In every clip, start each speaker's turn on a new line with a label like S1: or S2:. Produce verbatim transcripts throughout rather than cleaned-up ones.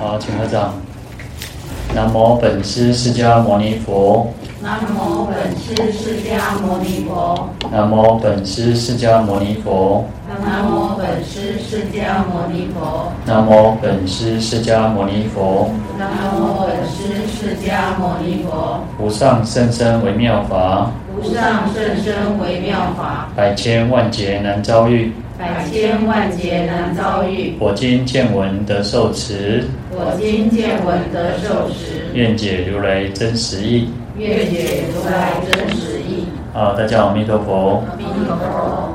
S1: 好，请合掌。南无本师释迦牟尼佛。
S2: 南无本师释迦牟尼佛。
S1: 南无本师释迦牟尼佛。
S2: 南无本师释迦牟尼佛。
S1: 南无本师释迦牟尼佛。
S2: 南无本师释迦牟尼佛。
S1: 无上甚深微妙法。
S2: 无上甚深微妙法。
S1: 百千万劫难遭遇。
S2: 百千万劫难遭遇。
S1: 我今见闻得受持。
S2: 我今见闻得受持。
S1: 愿解如来真实义。
S2: 愿解如来真实义。
S1: 好，大家好，阿弥陀佛。
S2: 阿弥陀佛。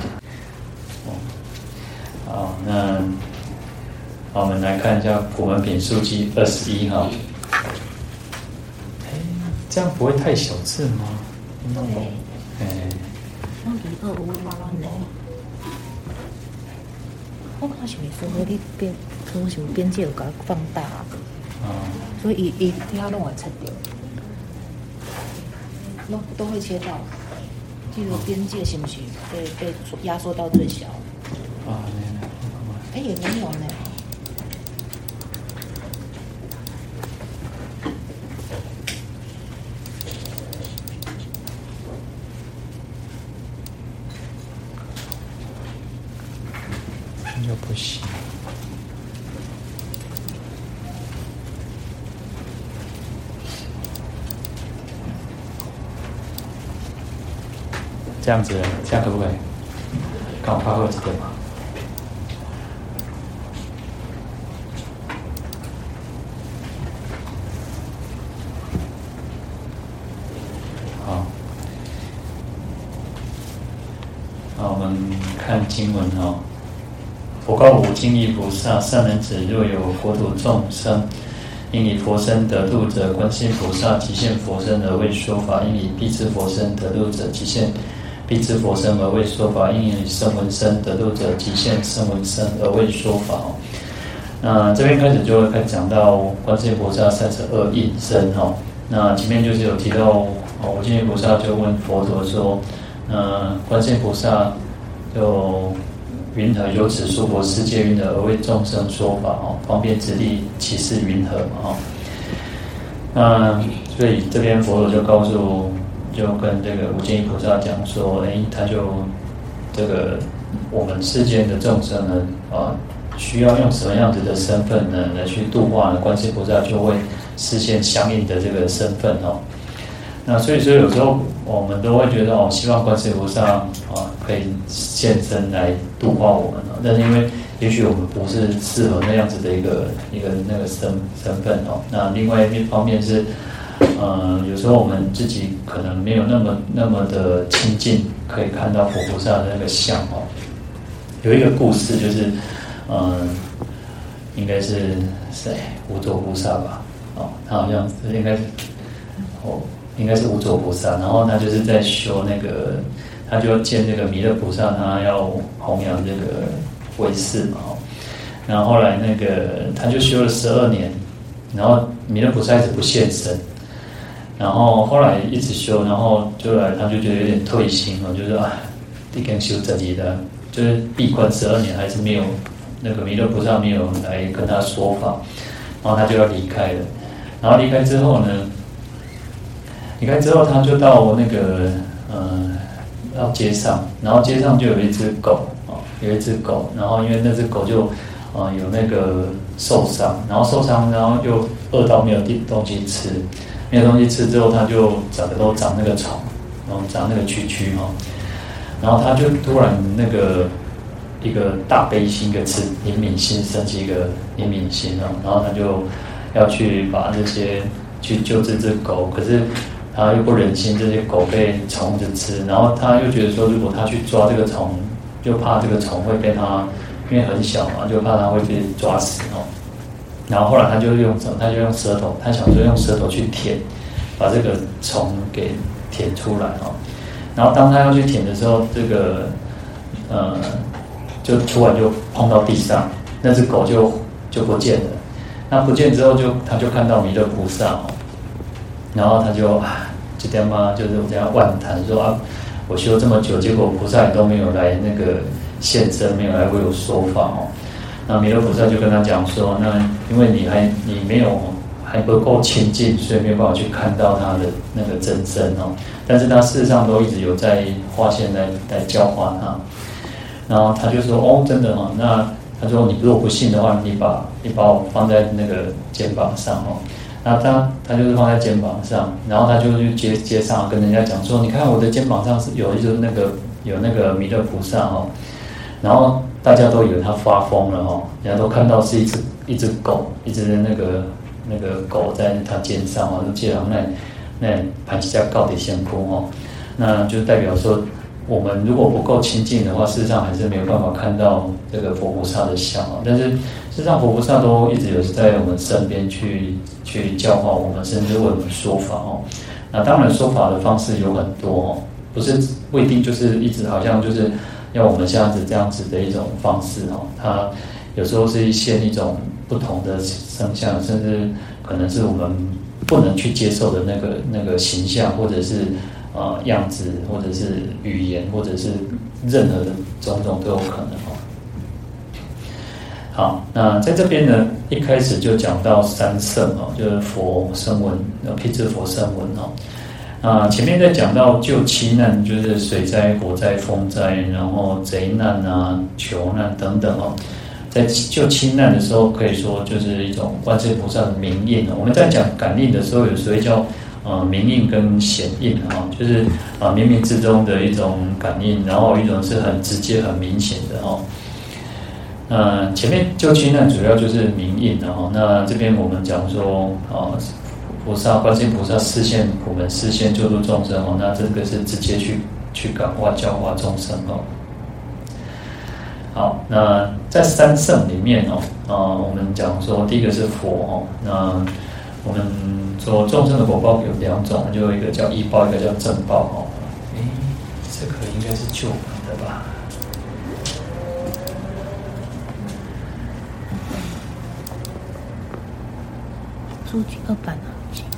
S1: 好，那好，我们来看一下普门品数记二十一哈。哎，这样不会太小字吗？
S3: 对。
S1: 哎。
S3: 我离二五八呢。我看是说你边，我想边界有给它放大。哦。所以一一条拢会切掉。都都会切到，这个边界是不是被被压缩到最小？
S1: 啊，
S3: 哎，也没有呢。
S1: 那就不行。这样子，这样可不可以？看我发挥这点吗？好，好，我们看经文哦。佛告无尽意菩萨：善男子，若有国土众生，因以佛身得度者，观世音菩萨即现佛身而为说法；因以辟支佛身得度者，即现辟支佛身而为说法；因以声闻身得度者，即现声闻身而为说法。那这边开始就会开始讲到观世音菩萨三十二应身哈。那前面就是有提到，哦，无尽意菩萨就问佛陀说，呃，观世音菩萨就云何由此娑婆世界云何而为众生说法哦？方便之力，其是云何嘛哦？那所以这边佛陀就告诉。就跟这个无尽意菩萨讲说，哎，他就这个我们世间的众生呢，啊，需要用什么样子的身份呢来去度化呢？观世音菩萨就会实现相应的这个身份哦。那所以说有时候我们都会觉得哦，希望观世音菩萨啊可以现身来度化我们哦，但是因为也许我们不是适合那样子的一个一个那个身身份哦。那另外一方面是。呃，有时候我们自己可能没有那么那么的亲近，可以看到佛菩萨的那个像哦。有一个故事，就是，呃，应该是谁？无著菩萨吧？哦，他好像是应该是，哦，应该是无著菩萨。然后他就是在修那个，他就见这个弥勒菩萨，他要弘扬这个威势嘛哦。然后后来那个他就修了十二年，然后弥勒菩萨一直不现身。然后后来一直修，然后就来他就觉得有点退心了，就是啊，已经修这里的，就是闭关十二年还是没有那个弥勒菩萨没有来跟他说法，然后他就要离开了。然后离开之后呢，离开之后他就到那个呃到街上，然后街上就有一只狗啊，有一只狗，然后因为那只狗就啊、呃、有那个受伤，然后受伤，然后又饿到没有地东西吃。没有东西吃之后，它就整个都长那个虫，然后长那个蛐蛐哈，然后它就突然那个一个大悲心，一个慈怜悯心升起一个怜悯心哦，然后他就要去把这些去救这只狗，可是他又不忍心这些狗被虫子吃，然后他又觉得说，如果他去抓这个虫，就怕这个虫会被他，因为很小嘛，就怕它会被抓死哦。然后后来他就用他就用舌头，他想说用舌头去舔，把这个虫给舔出来哦。然后当他要去舔的时候，这个呃就突然就碰到地上，那只狗就就不见了。那不见之后就他就看到弥勒菩萨哦，然后他就啊这点嘛就是这样万谈说啊，我修这么久，结果菩萨也都没有来那个现身，没有来为我说法哦。 那弥勒菩萨就跟他讲说，那因为你还你没有还不够亲近，所以没有办法去看到他的那个真身哦。但是他事实上都一直有在化现来来教化他。然后他就说哦，真的哦，那他说你如果不信的话，你把你把我放在那个肩膀上哦。那他他就是放在肩膀上，然后他就去街街上跟人家讲说，你看我的肩膀上是有一只那个有那个弥勒菩萨哦。然后大家都以为他发疯了哦，人家都看到是一只一只狗，一只那个那个狗在他肩上哦，就借人那那盘下告底先哭哦，那就代表说，我们如果不够亲近的话，事实上还是没有办法看到这个佛菩萨的像哦。但是事实上，佛菩萨都一直有在我们身边去去教化我们，甚至为我们说法哦。那当然说法的方式有很多哦，不是不一定就是一直好像就是要我们这样子这样子的一种方式哦。它有时候是一现一种不同的声相，甚至可能是我们不能去接受的那个那个形象，或者是呃样子，或者是语言，或者是任何的种种都有可能哦。好，那在这边呢，一开始就讲到三圣哦，就是佛声闻、辟支佛声闻哦。啊，前面在讲到救七难，就是水灾、火灾、风灾，然后贼难啊、囚难等等哦。在救七难的时候，可以说就是一种观世音菩萨的明印哦。我们在讲感应的时候，有时候叫呃明印跟显印啊，就是啊冥冥之中的一种感应，然后一种是很直接、很明显的哦。呃，前面救七难主要就是明印的哦。那这边我们讲说啊，菩萨观世音菩萨示现普门，示现救度众生哦。那这个是直接去去感化教化众生哦。好，那在三圣里面哦，啊，我们讲说第一个是佛哦，那我们说众生的果报有两种，就有一个叫依报，一个叫正报哦。诶，这个应该是旧版的吧？
S3: 书籍二版啊，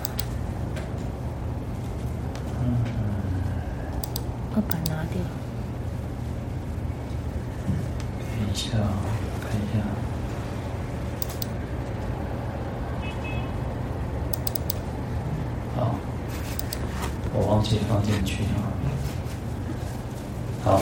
S1: 嗯，
S3: 二版拿掉。
S1: 等一下，看一下。好，我忘记放进去了。好，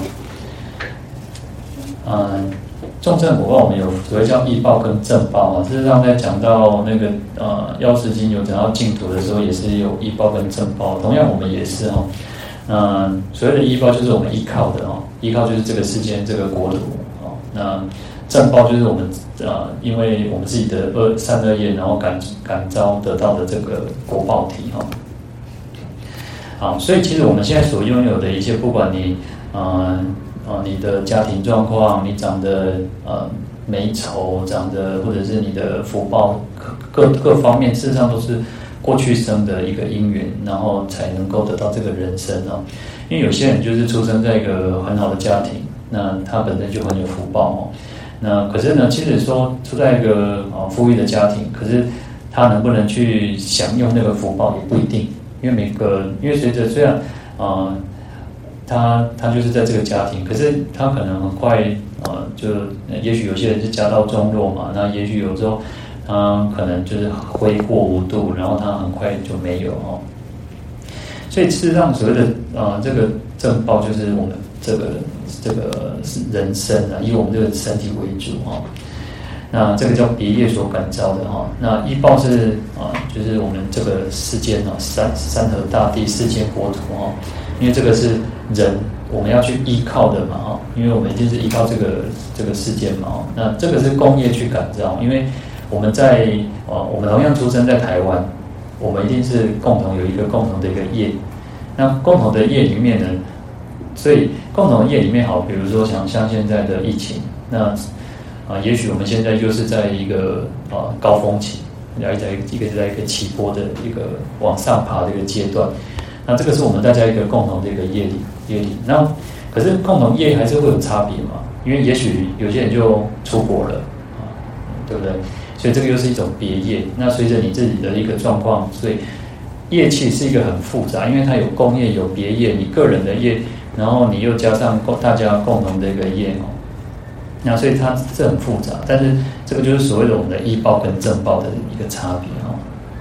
S1: 嗯，众生果报我们有所谓叫依报跟正报啊。事实上，在讲到那个呃《药师经》有讲到净土的时候，也是有依报跟正报。同样，我们也是哦。那所谓的依报就是我们依靠的哦，依靠就是这个世间这个国土哦。那正报就是我们呃，因为我们自己的恶善恶业，然后感感召得到的这个果报体哦。好，所以其实我们现在所拥有的一切，不管你呃呃你的家庭状况，你长的呃美丑，长的或者是你的福报各各各方面，事实上都是过去生的一个因缘，然后才能够得到这个人生哦。因为有些人就是出生在一个很好的家庭，那他本身就很有福报哦。那可是呢，其实说出在一个啊富裕的家庭，可是他能不能去享用那个福报也不一定，因为每个因为随着虽然啊、呃、他他就是在这个家庭，可是他可能很快啊、呃、就也许有些人是家道中落嘛，那也许有时候他可能就是挥霍无度，然后他很快就没有哦。所以事实上所谓的啊、呃、这个正报就是我们这个这个人生啊，以我们这个身体为主哈、哦。那这个叫别业所感召的哈、哦。那依报是啊，就是我们这个世间啊，山山河大地、世间国土哈、哦。因为这个是人我们要去依靠的嘛哈、哦，因为我们一定是依靠这个这个世间嘛哈、哦。那这个是共业去感召，因为我们在啊，我们同样出生在台湾，我们一定是共同有一个共同的一个业。那共同的业里面呢？所以共同业里面好，比如说像像现在的疫情，那啊，也许我们现在就是在一个啊高峰期，要在一个在一个起波的一个往上爬的一个阶段，那这个是我们大家一个共同的一个业力业力。那可是共同业还是会有差别嘛？因为也许有些人就出国了啊，对不对？所以这个又是一种别业。那随着你自己的一个状况，所以业气是一个很复杂，因为它有共业有别业，你个人的业。然后你又加上大家共同的一个业哦， 那所以它这很复杂，但是这个就是所谓的我们的依报跟正报的一个差别哦。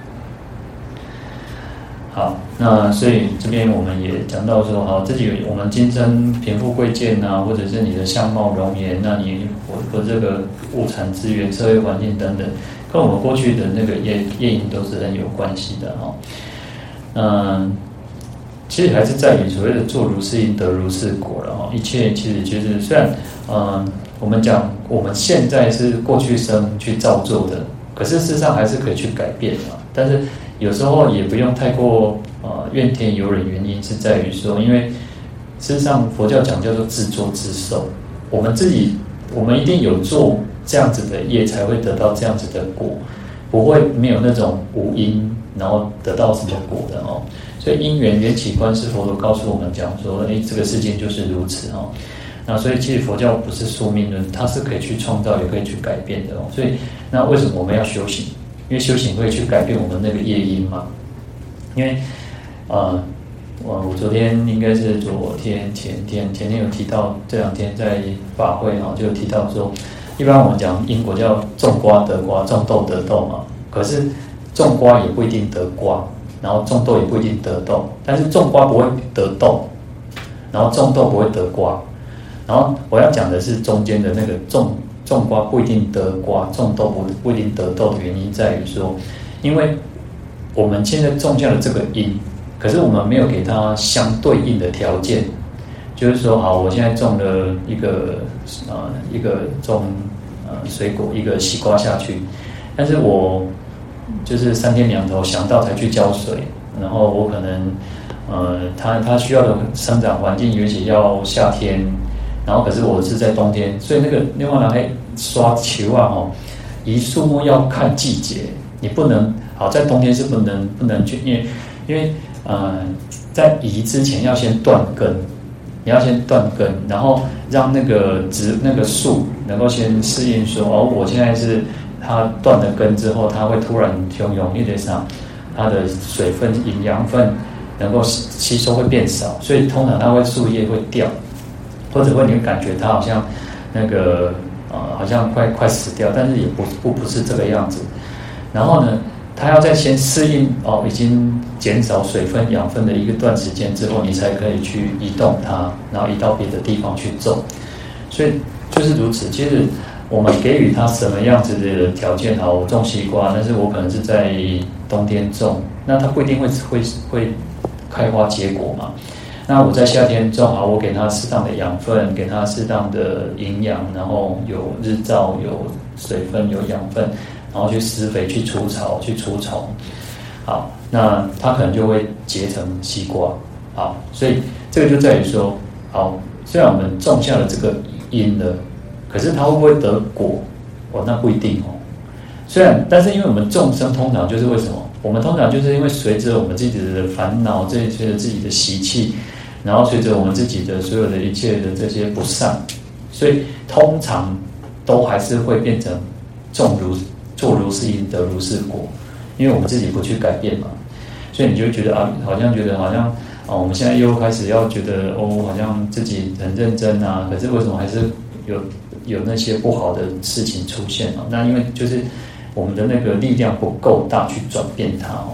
S1: 好，那所以这边我们也讲到说，好，自己我们今生贫富贵贱啊，或者是你的相貌容颜，那你或或这个物产资源、社会环境等等，跟我们过去的那个业业因都是很有关系的哈。嗯，其实还是在于所谓的做如是因得如是果了哈。一切其实就是虽然嗯，我们讲我们现在是过去生去造作的，可是事实上还是可以去改变的。但是有时候也不用太过呃怨天尤人，原因是在于说，因为事实上佛教讲叫做自作自受，我们自己我们一定有做这样子的业，才会得到这样子的果，不会没有那种无因然后得到什么果的哦。所以因缘缘起观世佛陀告诉我们讲说，哎，这个世界就是如此哦。那所以其实佛教不是宿命论，它是可以去创造，也可以去改变的哦。所以那为什么我们要修行？因为修行会去改变我们那个业因嘛。因为呃，我我昨天应该是昨天前天前天有提到，这两天在法会哈就有提到说，一般我们讲因果叫种瓜得瓜，种豆得豆嘛。可是种瓜也不一定得瓜，然后种豆也不一定得豆。但是种瓜不会得豆，然后种豆不会得瓜。然后我要讲的是中间的那个种种瓜不一定得瓜，种豆不不一定得豆的原因在于说，因为我们现在种下了这个因，可是我们没有给它相对应的条件，就是说，好，我现在种了一个呃一个种呃水果一个西瓜下去，但是我就是三天两头想到才去浇水，然后我可能呃它它需要的生长环境，尤其要夏天。然后可是我是在冬天，所以那个另外呢，还刷球啊吼，移树木要看季节，你不能好在冬天是不能不能去，因为因为呃在移之前要先断根，你要先断根，然后让那个植那个树能够先适应说，哦，我现在是它断了根之后，它会突然汹涌一点上，它的水分、营养分能够吸收会变少，所以通常它会树叶会掉。或者会你会感觉它好像那个呃好像快快死掉，但是也不不不是这个样子。然后呢，它要再先适应哦，已经减少水分养分的一个段时间之后，你才可以去移动它，然后移到别的地方去种。所以就是如此。其实我们给予它什么样子的条件，好，我种西瓜，但是我可能是在冬天种，那它不一定会会会开花结果嘛。那我在夏天种好，我给它适当的养分，给它适当的营养，然后有日照、有水分、有养分，然后去施肥、去除草、去除虫。好，那它可能就会结成西瓜。好，所以这个就在于说，好，虽然我们种下了这个因了，可是它会不会得果？哦，那不一定哦。虽然，但是因为我们众生通常就是为什么？我们通常就是因为随着我们自己的烦恼，这随着自己的习气。然后随着我们自己的所有的一切的这些不善，所以通常都还是会变成种如做如是因得如是果，因为我们自己不去改变嘛，所以你就会觉得啊，好像觉得好像啊，我们现在又开始要觉得哦，好像自己很认真啊，可是为什么还是有有那些不好的事情出现啊？那因为就是我们的那个力量不够大去转变它哦。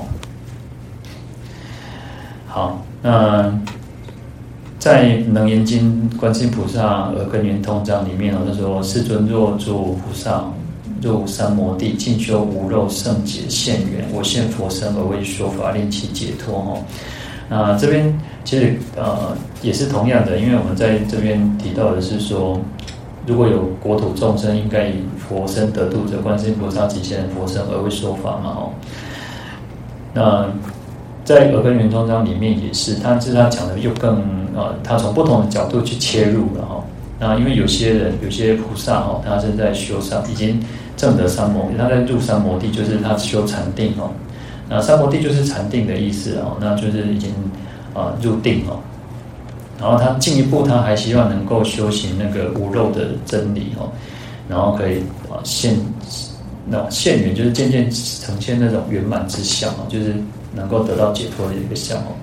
S1: 好，那。在《楞严经》观世音菩萨耳根圆通章里面哦，他说：“世尊若诸菩萨入三摩地，进修无漏圣解现缘，我现佛身而为说法，令其解脱。”哦，那这边其实呃也是同样的，因为我们在这边提到的是说，如果有国土众生，应该以佛身得度者，观世音菩萨即现佛身而为说法嘛。哦，那。在耳根圆通章里面也是，他是他讲的又更呃，他从不同的角度去切入了哈。那因为有些人有些菩萨哈，他是在修三已经证得三摩，他在入三摩地，就是他修禅定哦。那三摩地就是禅定的意思哦，那就是已经啊、呃、入定哦。然后他进一步，他还希望能够修行那个无漏的真理哦，然后可以啊现那现缘，就是渐渐呈现那种圆满之相哦，就是。能够得到解脱的一个相哦。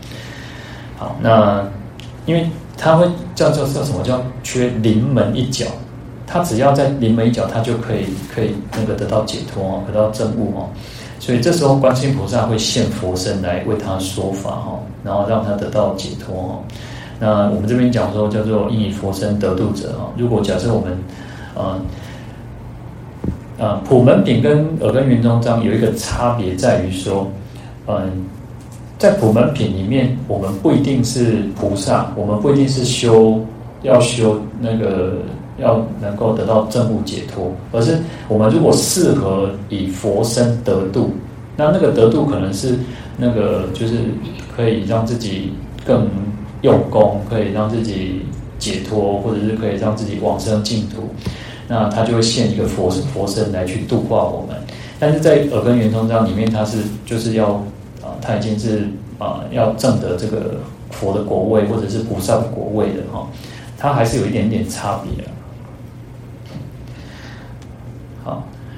S1: 好，那因为它会叫做叫什么叫缺临门一脚， 他只要在临门一脚，他就可以可以那个得到解脱哦，得到证悟哦。所以这时候观世音菩萨会现佛身来为他说法哦，然后让他得到解脱哦。那我们这边讲说叫做应以佛身得度者哦。如果假设我们呃呃普门品跟耳根圆通章有一个差别在于说，嗯、呃，在普门品里面，我们不一定是菩萨，我们不一定是修要修那个。要能够得到证悟解脱，而是我们如果适合以佛身得度，那那个得度可能是那个就是可以让自己更用功，可以让自己解脱，或者是可以让自己往生净土，那他就会现一个佛佛身来去度化我们。但是在耳根圆通章里面，它是就是要啊，它已经是啊要证得这个佛的果位或者是菩萨的果位的哈，它还是有一点点差别。好，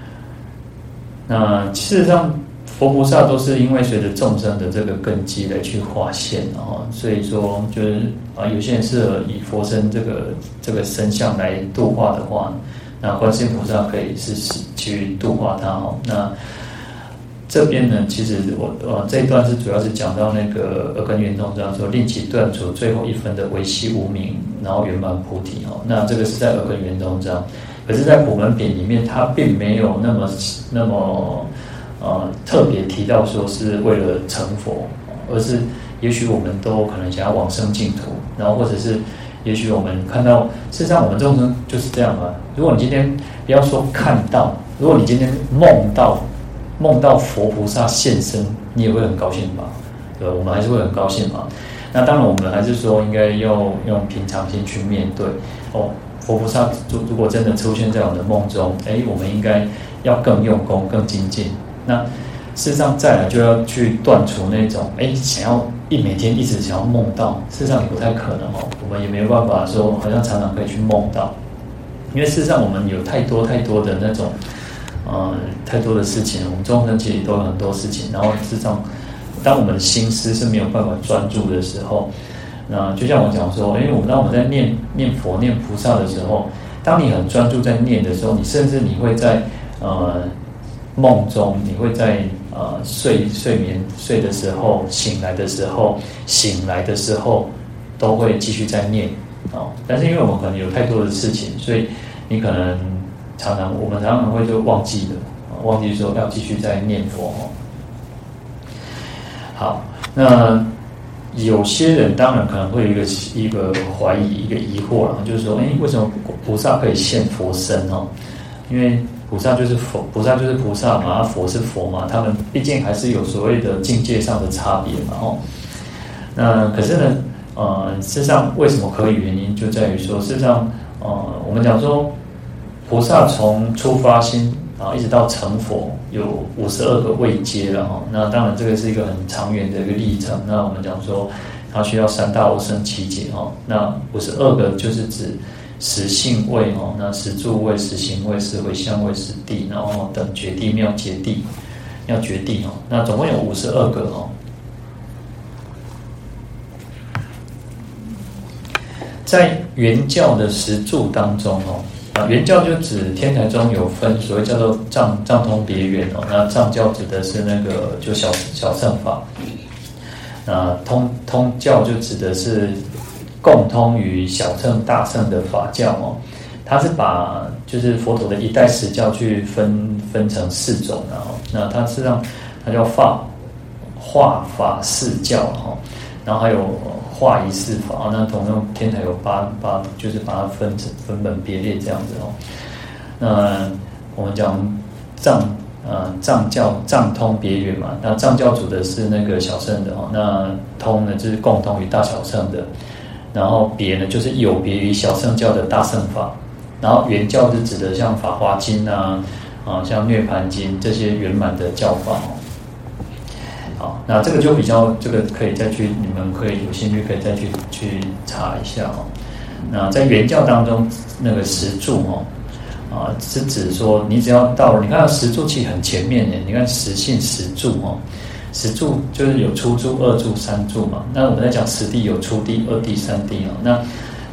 S1: 那事实上，佛菩萨都是因为随着众生的这个根基来去化现，哦，所以说就是啊，有些人适合以佛身这个这个身相来度化的话，那观世音菩萨可以是去度化他哦。那这边呢，其实我呃这一段是主要是讲到那个耳根圆通章说，令其断除最后一分的唯悉无明，然后圆满菩提哦。那这个是在耳根圆通章。可是，在普门品里面，它并没有那么那么呃特别提到说是为了成佛，而是也许我们都可能想要往生净土，然后或者是也许我们看到，事实上我们众生就是这样嘛。如果你今天不要说看到，如果你今天梦到梦到佛菩萨现身，你也会很高兴吧？对吧？我们还是会很高兴嘛。那当然，我们还是说应该要用平常心去面对哦。佛菩萨如果真的出现在我们的梦中，哎，我们应该要更用功、更精进。那事实上再来就要去断除那种哎想要一每天一直想要梦到，事实上也不太可能哦。我们也没有办法说好像常常可以去梦到，因为事实上我们有太多太多的那种呃太多的事情，我们众生其实都有很多事情，然后事实上当我们的心思是没有办法专注的时候。那就像我讲说，因为我们当我们在念念佛、念菩萨的时候，当你很专注在念的时候，你甚至你会在呃梦中，你会在呃睡睡眠睡的时候、醒来的时候、醒来的时候，都会继续在念哦。但是因为我们可能有太多的事情，所以你可能常常我们常常会就忘记了，忘记说要继续在念佛哦。好，那。有些人当然可能会有一个一个怀疑、一个疑惑，然后就是说，哎，为什么菩萨可以现佛身哦？因为菩萨就是佛，菩萨就是菩萨嘛，佛是佛嘛，他们毕竟还是有所谓的境界上的差别嘛，哦。那可是呢，呃，事实上为什么可以？原因就在于说，事实上，呃，我们讲说，菩萨从初发心啊，一直到成佛，有五十二个位阶了哈。那当然，这个是一个很长远的一个历程。那我们讲说，它需要三大欧生七劫哈。那五十二个就是指十性位哦，那十住位、十行位、十回向位、十地，然后等觉地、妙觉地、妙觉地哦。那总共有五十二个哦。在原教的十住当中哦。啊，原教就指天台中有分所谓叫做藏藏通别圆哦，那藏教指的是那个就小小乘法，那通通教就指的是共通于小乘大乘的法教哦，它是把就是佛陀的一代十教去分分成四种然后，那它实际上它叫法化法四教哈，然后还有化一四法，那同样天台有八八，就是把它分成分门别列这样子哦。那我们讲藏呃藏教藏通别圆嘛，那藏教主的是那个小乘的哦，那通呢就是共通于大小乘的，然后别呢就是有别于小乘教的大乘法，然后圆教是指的像法华经啊啊像涅盘经这些圆满的教法哦。好，那这个就比较，这个可以再去，你们可以有兴趣可以再去去查一下哦。那在原教当中，那个十住哦，啊是指说你只要到，你看十住其实很前面的，你看十信十住哦，十住就是有初住、二住、三住嘛。那我们在讲十地有初地、二地、三地哦。那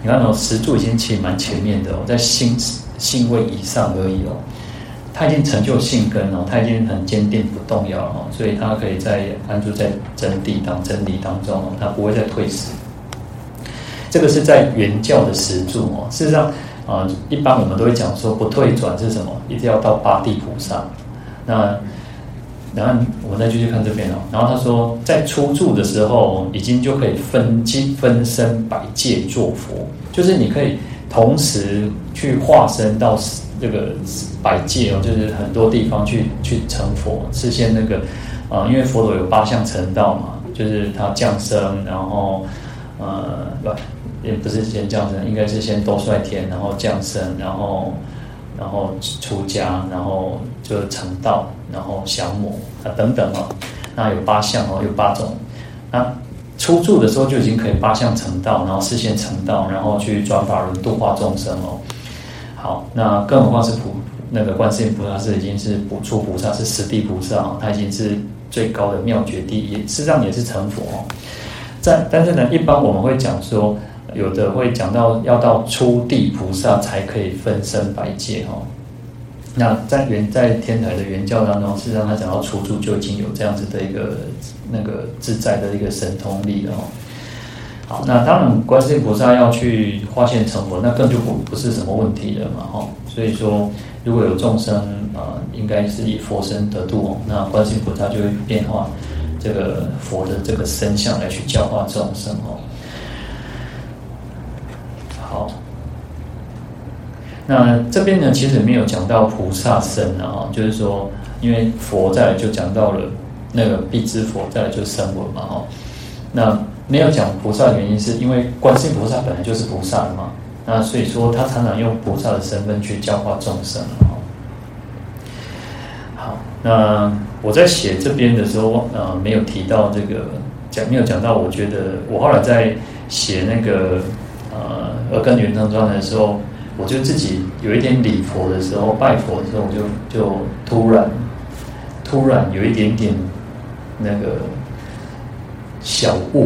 S1: 你看哦，十住已经其实蛮前面的哦，在性性位以上而已哦。他已经成就性根哦，他已经很坚定不动摇哦，所以他可以在安住在真谛当真理当中哦，他不会再退失。这个是在原教的十住哦。事实上啊、呃，一般我们都会讲说不退转是什么？一定要到八地菩萨。那然后我们再继续看这边哦。然后他说，在初住的时候，已经就可以分经分身百界做佛，就是你可以同时去化身到这个百界哦，就是很多地方去去成佛，是先那个啊、呃，因为佛陀有八相成道嘛，就是他降生，然后呃不也不是先降生，应该是先兜率天，然后降生，然后然后出家，然后就成道，然后降魔啊等等哦，那有八相哦，有八种。那初住的时候就已经可以八相成道，然后事先成道，然后去转法轮度化众生哦。好，那更何况是普那个观世音菩萨是已经是普出菩萨，是十地菩萨哦，他已经是最高的妙觉第一，事实上也是成佛哦。在但是呢，一般我们会讲说，有的会讲到要到初地菩萨才可以分身百界哦。那在原在天台的原教当中，事实上他讲到初住就已经有这样子的一个那个自在的一个神通力了哦。好，那当然观世音菩萨要去化现成佛，那更就不不是什么问题了嘛吼。所以说，如果有众生啊、呃，应该是以佛身得度哦，那观世音菩萨就会变化这个佛的这个身相来去教化众生哦。好，那这边呢，其实没有讲到菩萨身啊，就是说，因为佛再来就讲到了那个必知佛，再来就声闻嘛哈。那没有讲菩萨的原因，是因为观世音菩萨本来就是菩萨的嘛，那所以说他常常用菩萨的身份去教化众生哈。好，那我在写这边的时候，呃，没有提到这个讲，没有讲到，我觉得我后来在写那个呃《耳根圆通传》的时候，我就自己有一点礼佛的时候，拜佛的时候，我就就突然突然有一点点那个小悟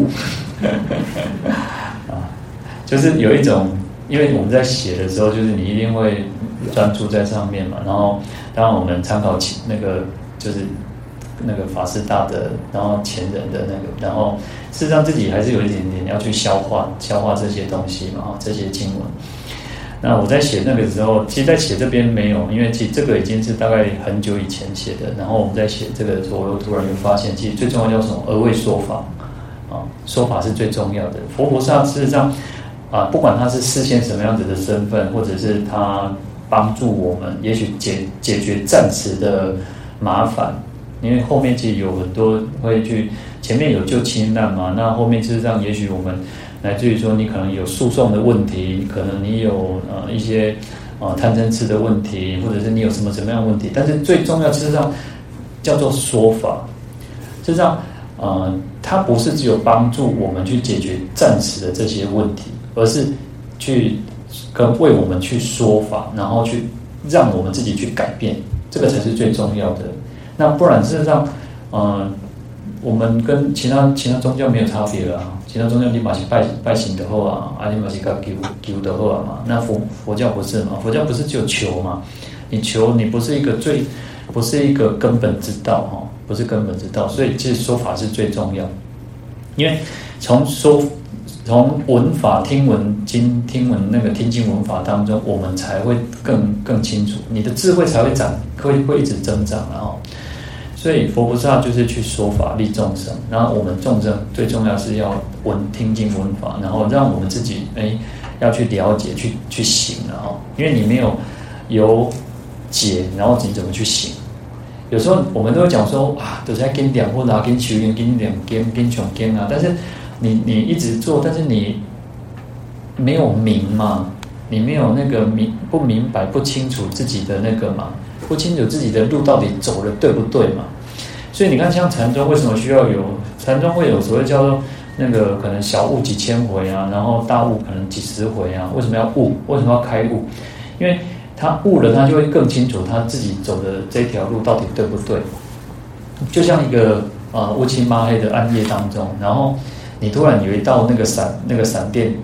S1: 啊，就是有一种，因为我们在写的时候，就是你一定会专注在上面嘛，然后当然我们参考那个就是那个法师大德，然后前人的那个，然后事实上自己还是有一点点要去消化消化这些东西嘛，这些经文。那我在写那个时候，其实在写这边没有，因为其实这个已经是大概很久以前写的。然后我们在写这个的时候，我又突然又发现，其实最重要叫什么？而为说法啊，说法是最重要的。佛菩萨事实上啊，不管他是示现什么样子的身份，或者是他帮助我们，也许解解决暂时的麻烦，因为后面其实有很多会去，前面有救亲难嘛，那后面事实上也许我们。来自于说你可能有诉讼的问题，可能你有呃一些呃贪嗔痴的问题，或者是你有什么什么样的问题，但是最重要，事实上叫做说法。事实上，呃，它不是只有帮助我们去解决暂时的这些问题，而是去跟为我们去说法，然后去让我们自己去改变，这个才是最重要的。那不然事实上，呃，我们跟其他其他宗教没有差别了啊。其他宗教你嘛是拜拜神的好啊，啊你嘛是个求求的好啊嘛。那佛佛教不是嘛？佛教不是只有求嘛？你求你不是一个最，不是一个根本之道哈，不是根本之道。所以其实说法是最重要，因为从说从闻法听闻经听闻那个听经闻法当中，我们才会更更清楚，你的智慧才会长，会会一直增长然后。所以佛菩萨就是去说法利众生，然后我们众生最重要是要闻听经闻法，然后让我们自己哎要去了解去去行然后，因为你没有有解，然后你怎么去行？有时候我们都会讲说啊，都在跟两或拿跟求跟跟两跟跟穷跟啊，但是你你一直做，但是你没有明嘛，你没有那个明不明白不清楚自己的那个嘛。不清楚自己的路到底走的对不对嘛？所以你看，像禅宗为什么需要有禅宗会有所谓叫做那个可能小悟几千回啊，然后大悟可能几十回啊？为什么要悟？为什么要开悟？因为他悟了，他就会更清楚他自己走的这条路到底对不对。就像一个呃乌漆抹黑的暗夜当中，然后你突然有一道那个闪那个闪电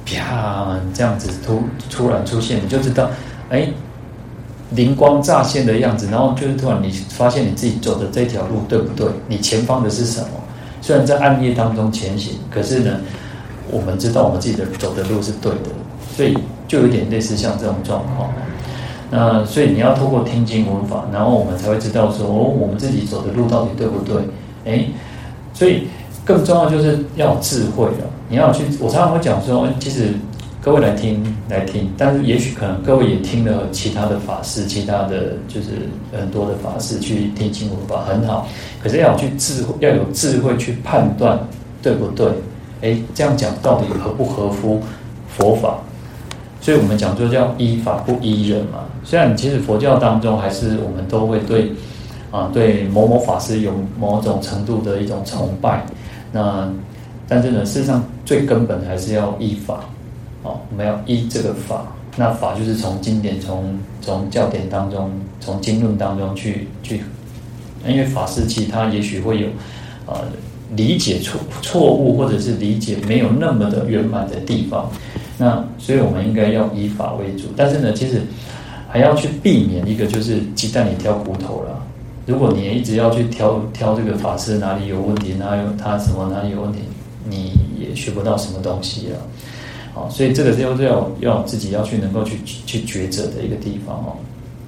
S1: 啪这样子突突然出现，你就知道，哎，灵光乍现的样子，然后就是突然你发现你自己走的这条路对不对？你前方的是什么？虽然在暗夜当中前行，可是呢，我们知道我们自己的走的路是对的，所以就有点类似像这种状况。那所以你要透过听经闻法，然后我们才会知道说，哦，我们自己走的路到底对不对？哎，所以更重要就是要有智慧了。你要去，我常常会讲说，其实各位来听来听，但是也许可能各位也听了其他的法师，其他的就是很多的法师去听经闻法很好，可是要有去智慧，要有智慧去判断对不对？哎，这样讲到底合不合乎佛法？所以我们讲说叫依法不依人嘛。虽然其实佛教当中还是我们都会对啊对某某法师有某种程度的一种崇拜，那但是呢，事实上最根本还是要依法。哦，我们要依这个法。那法就是从经典、从从教典当中、从经论当中去去，因为法师其他也许会有呃理解错错误，或者是理解没有那么的圆满的地方。那所以我们应该要以法为主，但是呢，其实还要去避免一个就是鸡蛋里挑骨头了。如果你一直要去挑挑这个法师哪里有问题，哪有他什么哪里有问题，你也学不到什么东西了。好，所以这个就是要要自己要去能够去去抉择的一个地方哦。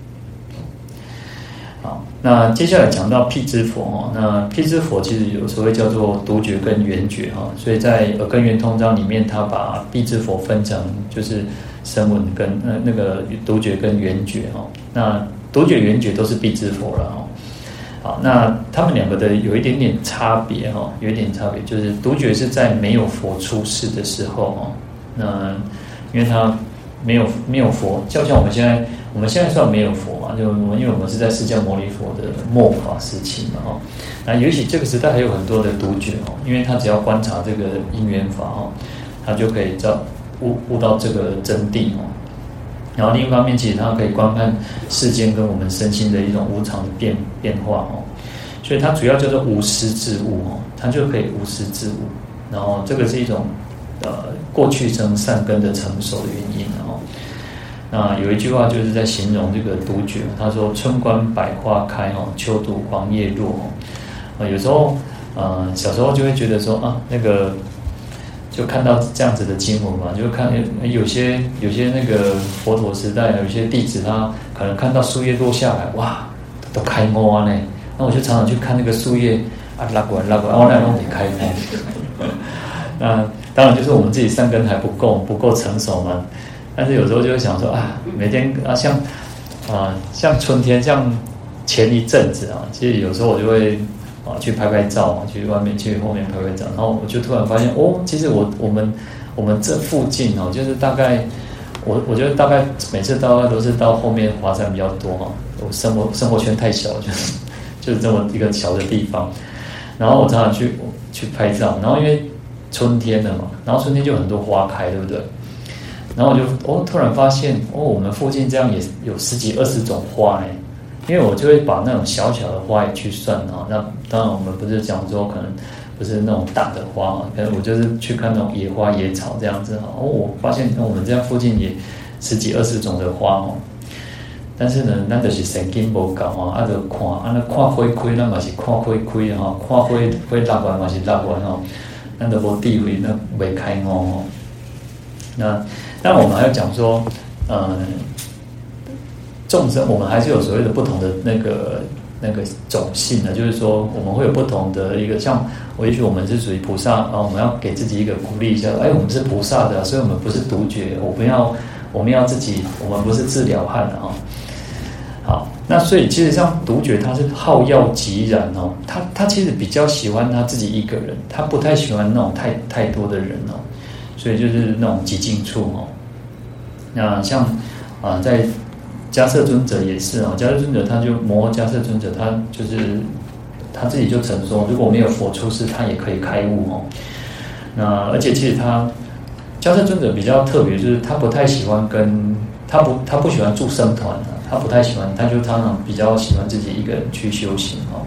S1: 好，那接下来讲到辟支佛哦，那辟支佛其实有所谓叫做独觉跟圆觉哈，所以在《耳根圆通章》里面，他把辟支佛分成就是声闻跟呃那个独觉跟圆觉哈。那独觉圆觉都是辟支佛了哈。好，那他们两个的有一点点差别哈，有一点差别，就是独觉是在没有佛出世的时候哈，那因为他没有没有佛，就像我们现在。我们现在算没有佛嘛，就我们因为我们是在释迦牟尼佛的末法时期嘛，哈，那尤其这个时代还有很多的独觉哦，因为他只要观察这个因缘法哦，他就可以照悟悟到这个真谛哦。然后另一方面，其实他可以观看世间跟我们身心的一种无常的变变化哦，所以它主要叫做无师自悟哦，它就可以无师自悟。然后这个是一种呃过去生善根的成熟的原因哦。那有一句话就是在形容这个独觉，他说：“春观百花开哦，秋睹黄叶落哦。”啊，有时候呃小时候就会觉得说啊，那个就看到这样子的经文嘛，就看有些有些那个佛陀时代有些弟子他可能看到树叶落下来，哇，都开摸呢。那我就常常去看那个树叶啊，拉过来拉过来，哦，那弄得开摸。那当然就是我们自己善根还不够不够成熟嘛。但是有时候就会想说啊，每天啊，像啊，像春天，像前一阵子啊，其实有时候我就会啊去拍拍照嘛，去外面去后面拍拍照，然后我就突然发现哦，其实我我们我们这附近哦，就是大概我我觉得大概每次大概都是到后面华山比较多哈，我生活生活圈太小，就是就是这么一个小的地方，然后我常常去去拍照，然后因为春天了嘛，然后春天就很多花开，对不对？然后我就哦，突然发现哦，我们附近这样也有十几二十种花哎，因为我就会把那种小小的花也去算啊。那当然我们不是讲说可能不是那种大的花啊，可能我就是去看那种野花野草这样子哈。哦，我发现我们这样附近也十几二十种的花哦。但是呢，咱就是神经无够啊，啊就看啊那看花开，咱嘛是看花开哈，看花花落完嘛是落完哈，咱就无智慧，那未开悟哦。那但我们还要讲说，呃，众生我们还是有所谓的不同的那个那个种性的，就是说我们会有不同的一个，像我也许我们是属于菩萨啊，我们要给自己一个鼓励一下，哎，我们是菩萨的，所以我们不是独觉，我们要我们要自己，我们不是自了汉的啊。好，那所以其实像独觉他是好要即然哦，他他其实比较喜欢他自己一个人，他不太喜欢那种太太多的人哦。所以就是那种极静处哦。那像啊，在迦叶尊者也是哦，迦叶尊者他就摩迦叶尊者，他就是他自己就曾说，如果没有佛出世，他也可以开悟哦。那而且其实他迦叶尊者比较特别，就是他不太喜欢跟他不他不喜欢住僧团啊，他不太喜欢，他就常常比较喜欢自己一个人去修行哦。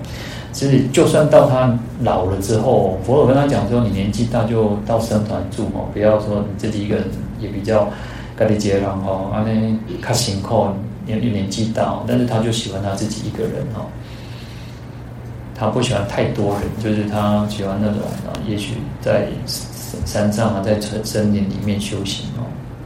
S1: 其实就算到他老了之后，佛陀跟他讲说，你年纪大就到僧团住哦，不要说你自己一个人也比较家己一个人哦，安尼较辛苦，年年纪大，但是他就喜欢他自己一个人哦。他不喜欢太多人，就是他喜欢那种啊，也许在山上啊，在森林里面修行哦。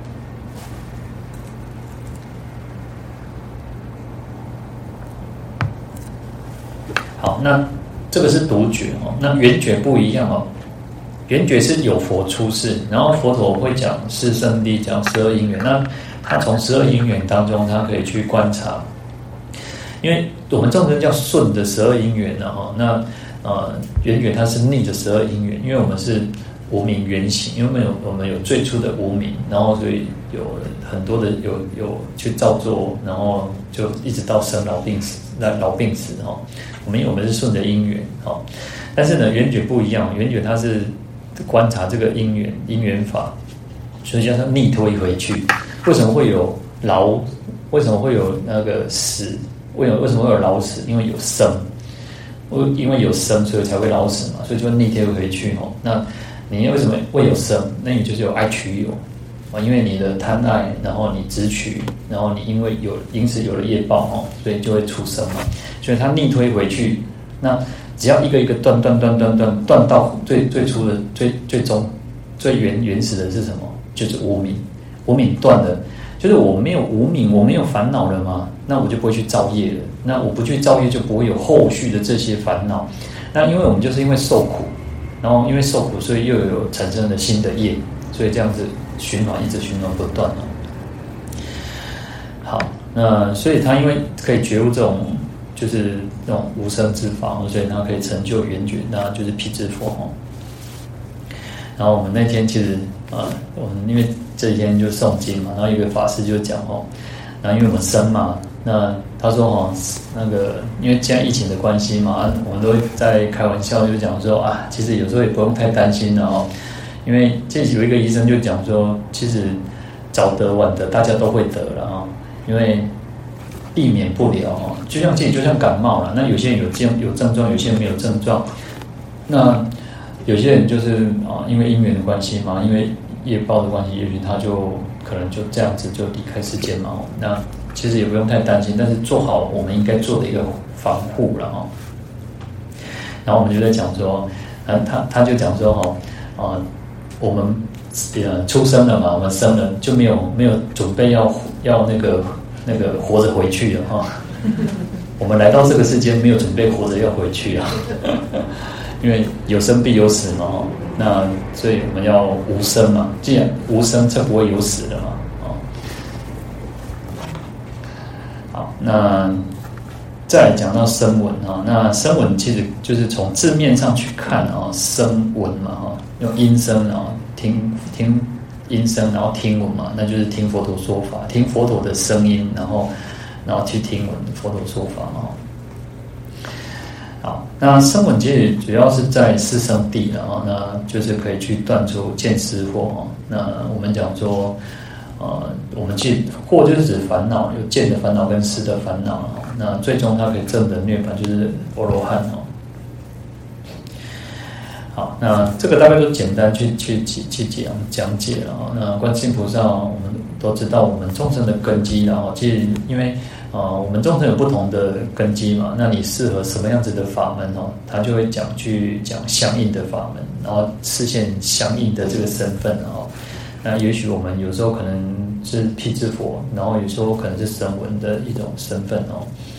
S1: 好，那这个是独觉哦，那圆觉不一样哦。圆觉是有佛出世，然后佛陀会讲四圣谛，讲十二因缘。那他从十二因缘当中，他可以去观察。因为我们众生叫顺着十二因缘的哈，那呃圆觉它是逆着十二因缘，因为我们是无明缘行，因为我们有我们有最初的无明，然后所以有很多的有有去造作，然后就一直到生老病死，那老病死哈，我们我们是顺着因缘哈，但是呢圆觉不一样，圆觉它是观察这个因缘因缘法，所以叫它逆推回去。为什么会有老？为什么会有那个死？为为什么会有老死？因为有生，因为有生，所以才会老死嘛，所以就逆贴回去哦。那你为什么会有生？那你就是有爱取有啊，因为你的贪爱，然后你执取，然后你因为有因此有了业报哦，所以就会出生嘛。所以它逆推回去，那只要一个一个断断断断断断到最最初的最最终最原原始的是什么？就是无明，无明断了。就是我没有无明，我没有烦恼了嘛，那我就不会去造业了。那我不去造业，就不会有后续的这些烦恼。那因为我们就是因为受苦，然后因为受苦，所以又有产生了新的业，所以这样子循环一直循环不断哦。好，那所以他因为可以觉悟这种就是那种无生之法，所以他可以成就圆觉，那就是辟支佛哦。然后我们那天其实啊，我们因为这几天就诵经嘛，然后有一个法师就讲哦，然后因为我们生嘛，那他说哦，那个因为现在疫情的关系嘛，我们都在开玩笑就讲说啊，其实有时候也不用太担心了哦，因为这有一个医生就讲说，其实早得晚得大家都会得了啊，因为避免不了哦，就像其实就像感冒了，那有些人有症有症状，有些人没有症状，那有些人就是啊，因为因缘的关系嘛，因为业报的关系，也许他就可能就这样子就离开世间嘛。那其实也不用太担心，但是做好我们应该做的一个防护了哈。然后我们就在讲说，嗯，他他就讲说哈，啊，我们呃出生了嘛，我们生了就没有没有准备要要那个那个活着回去了哈。我们来到这个世间没有准备活着要回去啊。因为有生必有死嘛，那所以我们要无生嘛。既然无生，就不会有死了嘛。哦，好，那再来讲到声闻啊，那声闻其实就是从字面上去看啊，声闻嘛哈，用音声啊，听听音声，然后听闻嘛，那就是听佛陀说法，听佛陀的声音，然后然后去听闻佛陀说法嘛。好，那声闻其实主要是在四圣谛的啊，那就是可以去断除见思惑啊。那我们讲说，呃，我们去惑就是指烦恼，有见的烦恼跟思的烦恼啊。那最终它可以证得涅槃，就是阿罗汉哦。好，那这个大概就简单去去去讲讲解了啊。那观世音菩萨，我们都知道我们众生的根基，然后其实因为。啊、呃，我们众生有不同的根基嘛，那你适合什么样子的法门哦？他就会讲去讲相应的法门，然后实现相应的这个身份哦。那也许我们有时候可能是辟支佛，然后有时候可能是声闻的一种身份哦。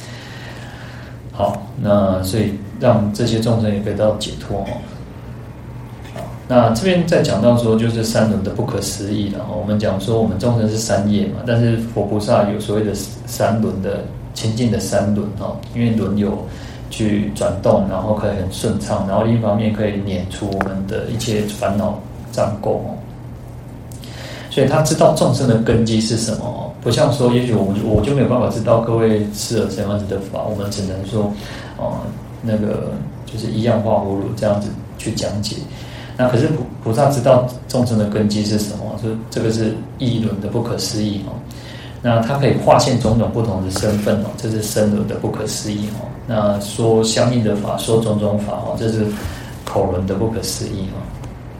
S1: 好，那所以让这些众生也得到解脱哦。那这边再讲到说，就是三轮的不可思议了。我们讲说，我们众生是三业嘛，但是佛菩萨有所谓的三轮的清净的三轮哦，因为轮有去转动，然后可以很顺畅，然后另一方面可以碾除我们的一切烦恼障垢哦。所以他知道众生的根基是什么哦，不像说，也许我们我就没有办法知道各位适合什么样子的法，我们只能说，哦、呃，那个就是一样化葫芦这样子去讲解。那可是菩菩萨知道众生的根基是什么，所以这个是义轮的不可思议哦。那它可以化现种种不同的身份哦，这是身轮的不可思议哦。 那说相应的法，说种种法哦，这是口轮的不可思议哦。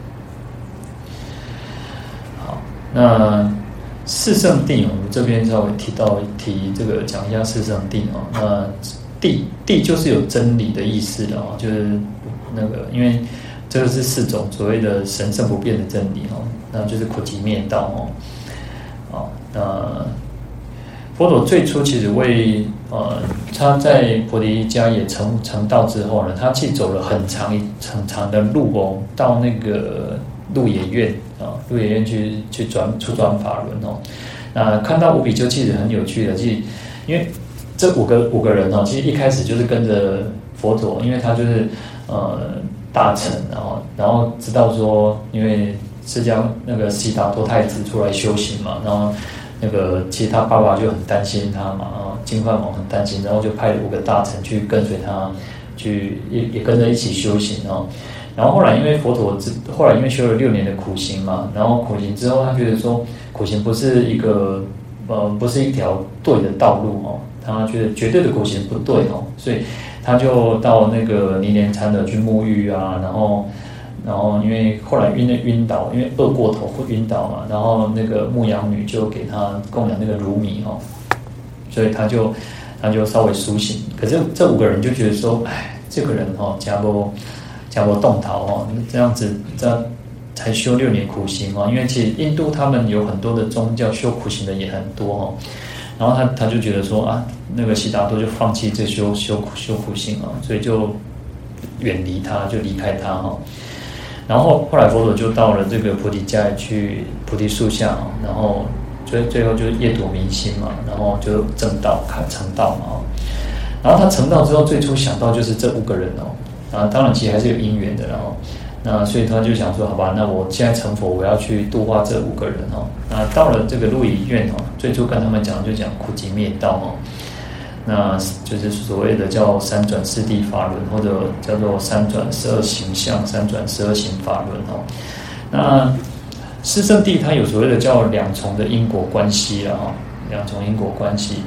S1: 好，那四圣谛，我们这边稍微提到提这个讲一下四圣谛哦。那谛谛就是有真理的意思的哦，就是那个因为这个是四种所谓的神圣不变的真理哦，那就是苦集灭道哦。哦，那佛陀最初其实为呃他在菩提迦耶成成道之后呢，他去走了很长一很长的路哦，到那个鹿野苑啊，鹿野苑去去转出转法轮哦。那看到五比丘其实很有趣的，其实因为这五个五个人哦，其实一开始就是跟着佛陀，因为他就是呃大臣，然后然后知道说，因为释迦那个悉达多太子出来修行嘛，然后那个其实他爸爸就很担心他嘛，然后净饭王很担心，然后就派了五个大臣去跟随他，去也也跟着一起修行哦。然后后来因为佛陀后来因为修了六年的苦行嘛，然后苦行之后他觉得说苦行不是一个呃不是一条对的道路哦，他觉得绝对的苦行不对哦，所以他就到那个尼连禅的去沐浴啊，然后然后因为后来晕晕倒，因为饿过头会晕倒嘛，然后那个牧羊女就给他供养那个乳米哦，所以他就他就稍微苏醒。可是这五个人就觉得说，哎，这个人哦，加波加波动陶哦，这样子这样才修六年苦行哦，因为其实印度他们有很多的宗教修苦行的也很多哦。然后他他就觉得说啊，那个悉达多就放弃这修修苦修苦行啊，所以就远离他，就离开他哈。然后后来佛陀就到了这个菩提迦耶去菩提树下，然后最最后就是夜睹明星嘛，然后就证道成道嘛。然后他成道之后，最初想到就是这五个人哦，啊，当然其实还是有因缘的，然后那所以他就想说，好吧，那我现在成佛，我要去度化这五个人哦。那到了这个鹿野苑哦，最初跟他们讲就讲苦集灭道哦。那就是所谓的叫三转四谛法轮，或者叫做三转十二行相、三转十二行法轮哦。那四圣谛它有所谓的叫两重的因果关系了哈，两重因果关系。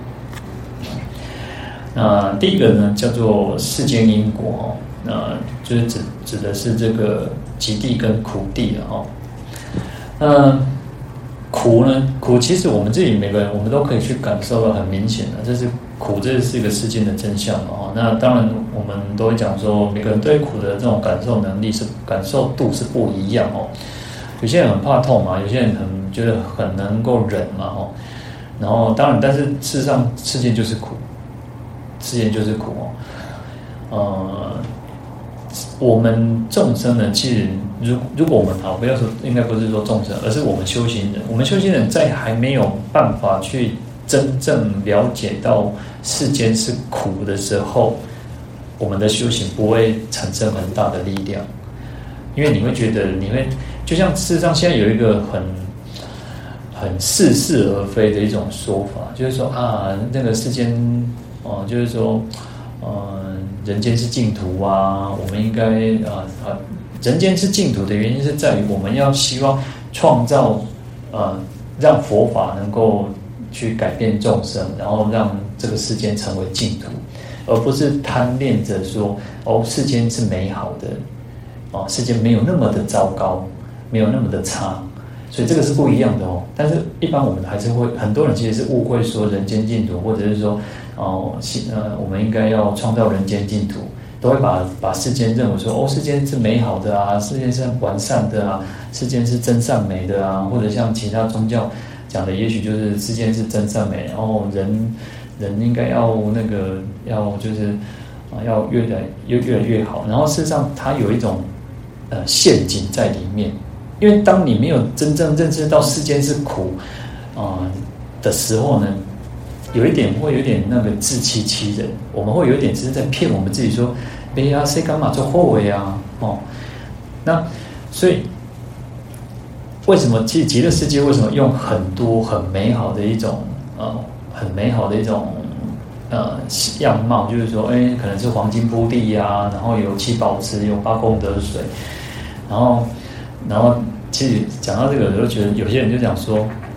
S1: 那第一个呢叫做世间因果哦，那就是指指的是这个极地跟苦地了哈。那苦呢？苦其实我们自己每个人，我们都可以去感受到很明显的，这是苦，这是一个世间的真相哦。那当然，我们都会讲说，每个人对苦的这种感受能力是感受度是不一样哦。有些人很怕痛嘛，有些人很觉得很能够忍嘛哦。然后当然，但是事实上，世间就是苦，世间就是苦哦。呃，我们众生呢，其实如如果我们好，不要说，应该不是说众生，而是我们修行人。我们修行人在还没有办法去真正了解到世间是苦的时候，我们的修行不会产生很大的力量，因为你会觉得，你会就像事实上现在有一个很很似是而非的一种说法，就是说啊，那个世间哦、呃，就是说呃。人间是净土啊，我们应该啊啊，人间是净土的原因是在于我们要希望创造呃，让佛法能够去改变众生，然后让这个世间成为净土，而不是贪恋着说哦，世间是美好的，哦，世间没有那么的糟糕，没有那么的差，所以这个是不一样的哦。但是一般我们还是会，很多人其实是误会说人间净土，或者是说。哦，呃，我们应该要创造人间净土，都会把把世间认为说，哦，世间是美好的啊，世间是完善的啊，世间是真善美的啊，或者像其他宗教讲的，也许就是世间是真善美，然后人人应该要那个要就是啊，要越来越越来越好。然后事实上，它有一种呃陷阱在里面，因为当你没有真正认识到世间是苦啊、呃、的时候呢。有一点会有点那个自欺欺人，我们会有一点只是在骗我们自己说，哎呀，谁干嘛做后悔啊？哦，那所以为什么其实极乐世界为什么用很多很美好的一种呃很美好的一种呃样貌，就是说，哎，可能是黄金铺地呀、啊，然后有七宝池，有八功德水，然后然后其实讲到这个，我就觉得有些人就讲说。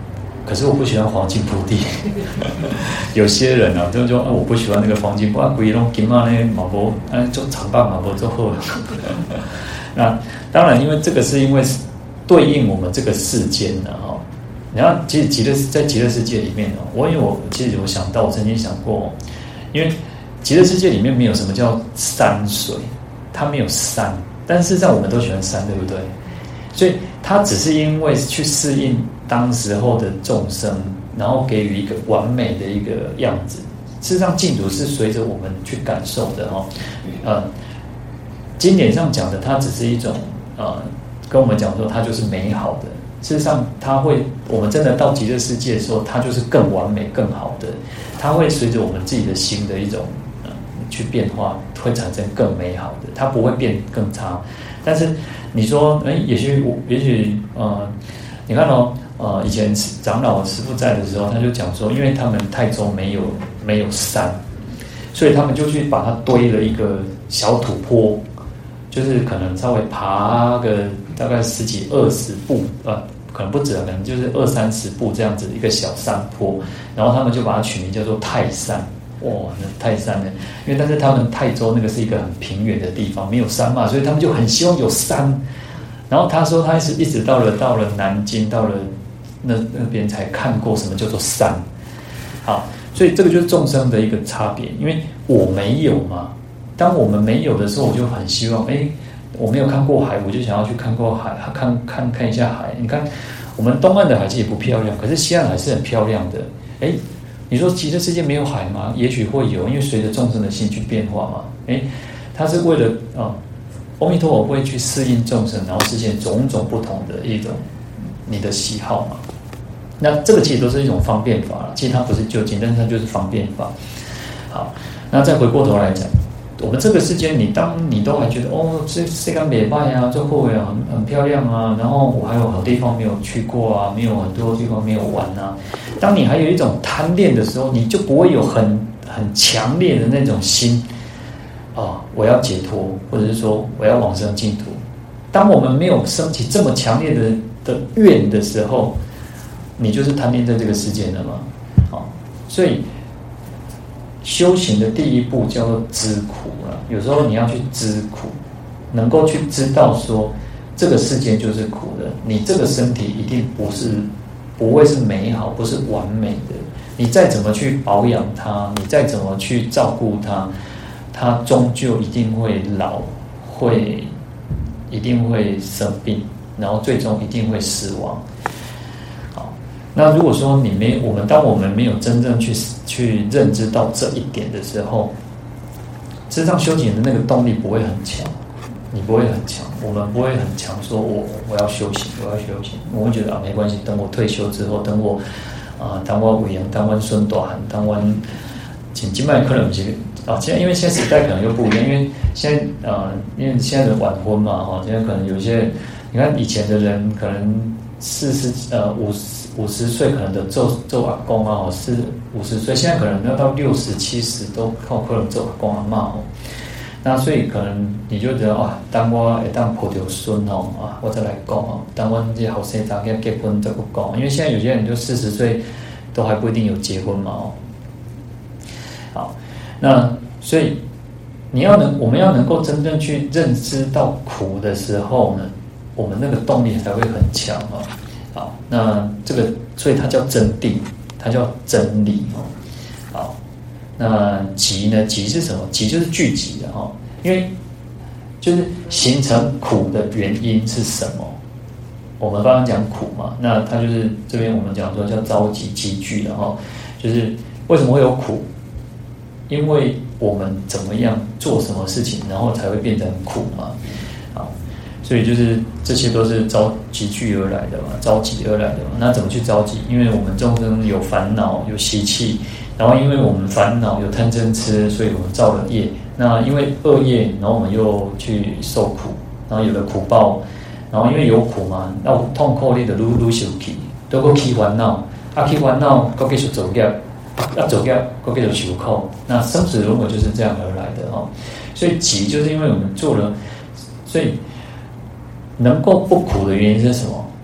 S1: 可是我不喜欢黄金铺地。有些人啊，就说啊，我不喜欢那个黄金铺啊，规拢金啊，那马博啊，做长棒马博做后。那当然，因为这个是因为对应我们这个世间的哈。你看，其实极乐在极乐世界里面哦，我因为我其实我想到，我曾经想过，因为极乐世界里面没有什么叫山水，它没有山，但事实上我们都喜欢山，对不对？所以它只是因为去适应当时候的众生，然后给予一个完美的一个样子。事实上，净土是随着我们去感受的哈。呃，经典上讲的，它只是一种呃，跟我们讲说它就是美好的。事实上，它会，我们真的到极乐世界的时候，它就是更完美、更好的。它会随着我们自己的心的一种呃去变化，会产生更美好的。它不会变更差。但是你说，哎，也许我，也许呃，你看哦，呃，以前长老师父在的时候，他就讲说，因为他们泰州没有没有山，所以他们就去把它堆了一个小土坡，就是可能稍微爬个大概十几二十步，呃，可能不止，可能就是二三十步这样子一个小山坡，然后他们就把它取名叫做泰山。哇，那泰山呢？因为但是他们泰州那个是一个很平原的地方，没有山嘛，所以他们就很希望有山。然后他说，他是一直到了到了南京，到了那那边才看过什么叫做山。好，所以这个就是众生的一个差别，因为我没有嘛。当我们没有的时候，我就很希望，哎，我没有看过海，我就想要去看过海，看看看一下海。你看，我们东岸的海其实也不漂亮，可是西岸海是很漂亮的。哎。你说极乐世界没有海吗？也许会有，因为随着众生的心去变化嘛。哎，他是为了啊，阿弥陀佛会去适应众生，然后实现种种不同的一种你的喜好嘛。那这个其实都是一种方便法了，其实它不是究竟，但是它就是方便法。好，那再回过头来讲，我们这个世间，你当你都还觉得哦，这这个美拜啊，这后尾啊很很漂亮啊，然后我还有好地方没有去过啊，没有很多地方没有玩啊。当你还有一种贪恋的时候，你就不会有很很强烈的那种心啊、哦，我要解脱，或者是说我要往生净土。当我们没有升起这么强烈的的愿的时候，你就是贪恋在这个世界的嘛。好、哦，所以修行的第一步叫做知苦了。有时候你要去知苦，能够去知道说这个世界就是苦的，你这个身体一定不是。不会是美好，不是完美的。你再怎么去保养它，你再怎么去照顾它，它终究一定会老，会一定会生病，然后最终一定会死亡。好，那如果说你没，我们当我们没有真正去去认知到这一点的时候，事实上修行的那个动力不会很强。你不会很强，我们不会很强，说我我要修行，我要修行，我会觉得啊没关系，等我退休之后，等我啊、呃，当我伟阳，当我孙大汉，当我请金麦克人这个啊，现在因为现在时代可能又不一样，因为现在呃，因为现在的晚婚嘛哈，现在可能有些你看以前的人可能四十呃五十五十岁可能的做做阿公啊，是五十岁，现在可能要到六十七十都靠可能做阿公阿嬷哦。那所以可能你就觉得啊，当我会当抱着孙哦啊，我再来讲哦，当我这后生仔要结婚再不讲，因为现在有些人就四十岁都还不一定有结婚嘛哦。好，那所以你要能，我们要能够真正去认知到苦的时候呢，我们那个动力才会很强哦。好，那这个所以它叫真谛，它叫真理哦。好。那集呢？集是什么？集就是聚集的哈，因为就是形成苦的原因是什么？我们刚刚讲苦嘛，那它就是这边我们讲说叫召集集聚的哈，就是为什么会有苦？因为我们怎么样做什么事情，然后才会变成苦嘛。好，所以就是这些都是召集聚而来的嘛，召集而来的嘛。那怎么去召集？因为我们众生有烦恼，有习气。然后因为我们烦恼有贪嗔痴，所以我们造了业。那因为恶业，然后我们又去受苦，然后有了苦报。然后因为有苦嘛，那我痛苦你就愈愈受气，都搁起烦恼，啊起烦恼，搁继续造业，啊造业，搁继续受苦。那生死轮回就是这样而来的哈。所以集就是因为我们做了，所以能够不苦的原因是什么？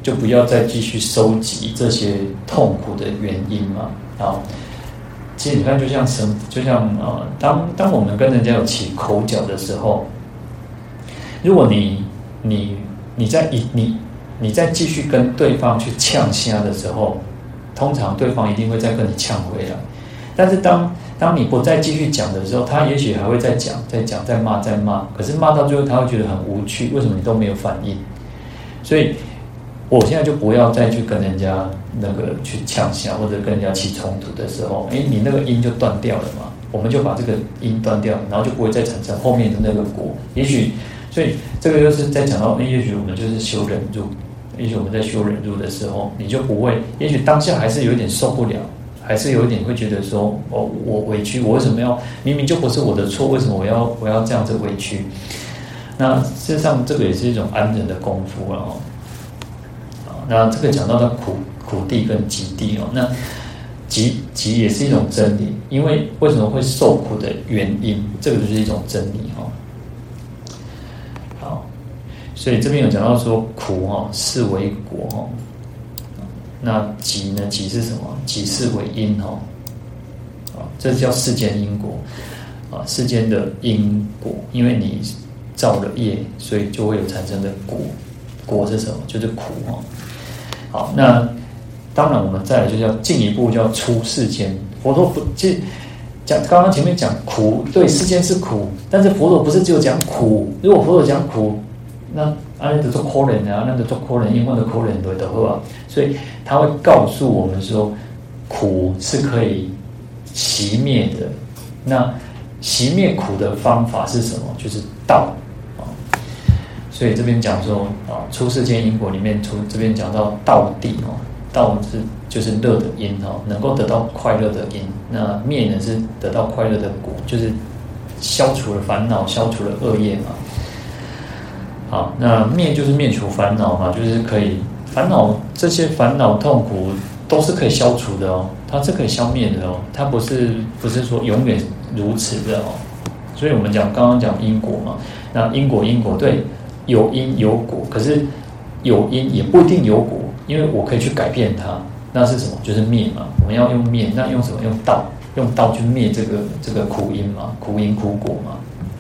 S1: 就不要再继续收集这些痛苦的原因嘛。好，其实你看，就像什，就像呃，当当我们跟人家有起口角的时候，如果你你你在你你你在继续跟对方去呛瞎的时候，通常对方一定会再跟你呛回来。但是当当你不再继续讲的时候，他也许还会再讲、再讲、再骂、再骂。可是骂到最后，他会觉得很无趣，为什么你都没有反应？所以，我现在就不要再去跟人家那个去呛下，或者跟人家起冲突的时候，哎，你那个因就断掉了嘛。我们就把这个因断掉，然后就不会再产生后面的那个果。也许，所以这个就是在讲到，也许我们就是修忍辱。也许我们在修忍辱的时候，你就不会，也许当下还是有一点受不了。还是有一点会觉得说，哦，我委屈，我为什么要明明就不是我的错，为什么我要我要这样子委屈？那事实上，这个也是一种安忍的功夫了哦。那这个讲到的苦苦地跟集地哦，那集集也是一种真理，因为为什么会受苦的原因，这个就是一种真理哦。好，所以这边有讲到说苦哦，是为果哦。那集呢？集是什么？集是为因哦，啊，这叫世间因果啊，世间的因果，因为你造了业，所以就会有产生的果。果是什么？就是苦哦。好，那当然我们再来就要进一步叫出世间。佛陀不，其实讲刚刚前面讲苦，对，世间是苦，但是佛陀不是只有讲苦。如果佛陀讲苦，那啊，那做可怜啊，那做可怜，因为的可怜对的话，所以他会告诉我们说，苦是可以熄灭的。那熄灭苦的方法是什么？就是道啊。所以这边讲说啊，出世间因果里面，出这边讲到道地哦，道是就是乐的因哦，能够得到快乐的因。那灭呢是得到快乐的果，就是消除了烦恼，消除了恶业嘛。好，那灭就是灭除烦恼嘛，就是可以烦恼这些烦恼痛苦都是可以消除的哦，它是可以消灭的哦，它不是不是说永远如此的哦。所以我们讲刚刚讲因果嘛，那因果因果对，有因有果，可是有因也不一定有果，因为我可以去改变它，那是什么？就是灭嘛。我们要用灭，那用什么？用道，用道去灭这个这个苦因嘛，苦因苦果嘛。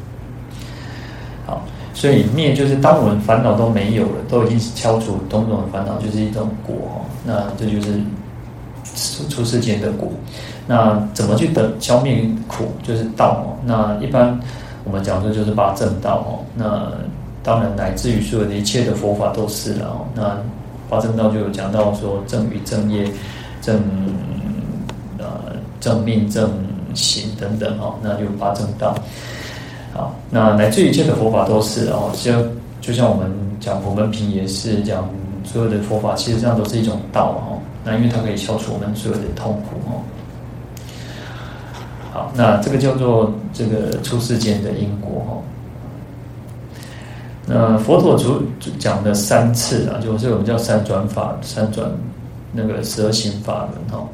S1: 好。所以灭就是当我们烦恼都没有了，都已经消除种种的烦恼，就是一种果哦。那这就是出出世间的果。那怎么去得消灭苦？就是道哦。那一般我们讲说就是八正道哦。那当然乃至于所有的一切的佛法都是了哦。那八正道就有讲到说正语、正业、正呃正命、正行等等哦。那就八正道。好，那乃至于一切的佛法都是哦，就就像我们讲佛门品也是讲所有的佛法，其实上都是一种道哦。那因为它可以消除我们所有的痛苦哦。好，那这个叫做这个出世间的因果哦。那佛陀主讲的三次啊，就是我们叫三转法，三转那个十二行法门哦。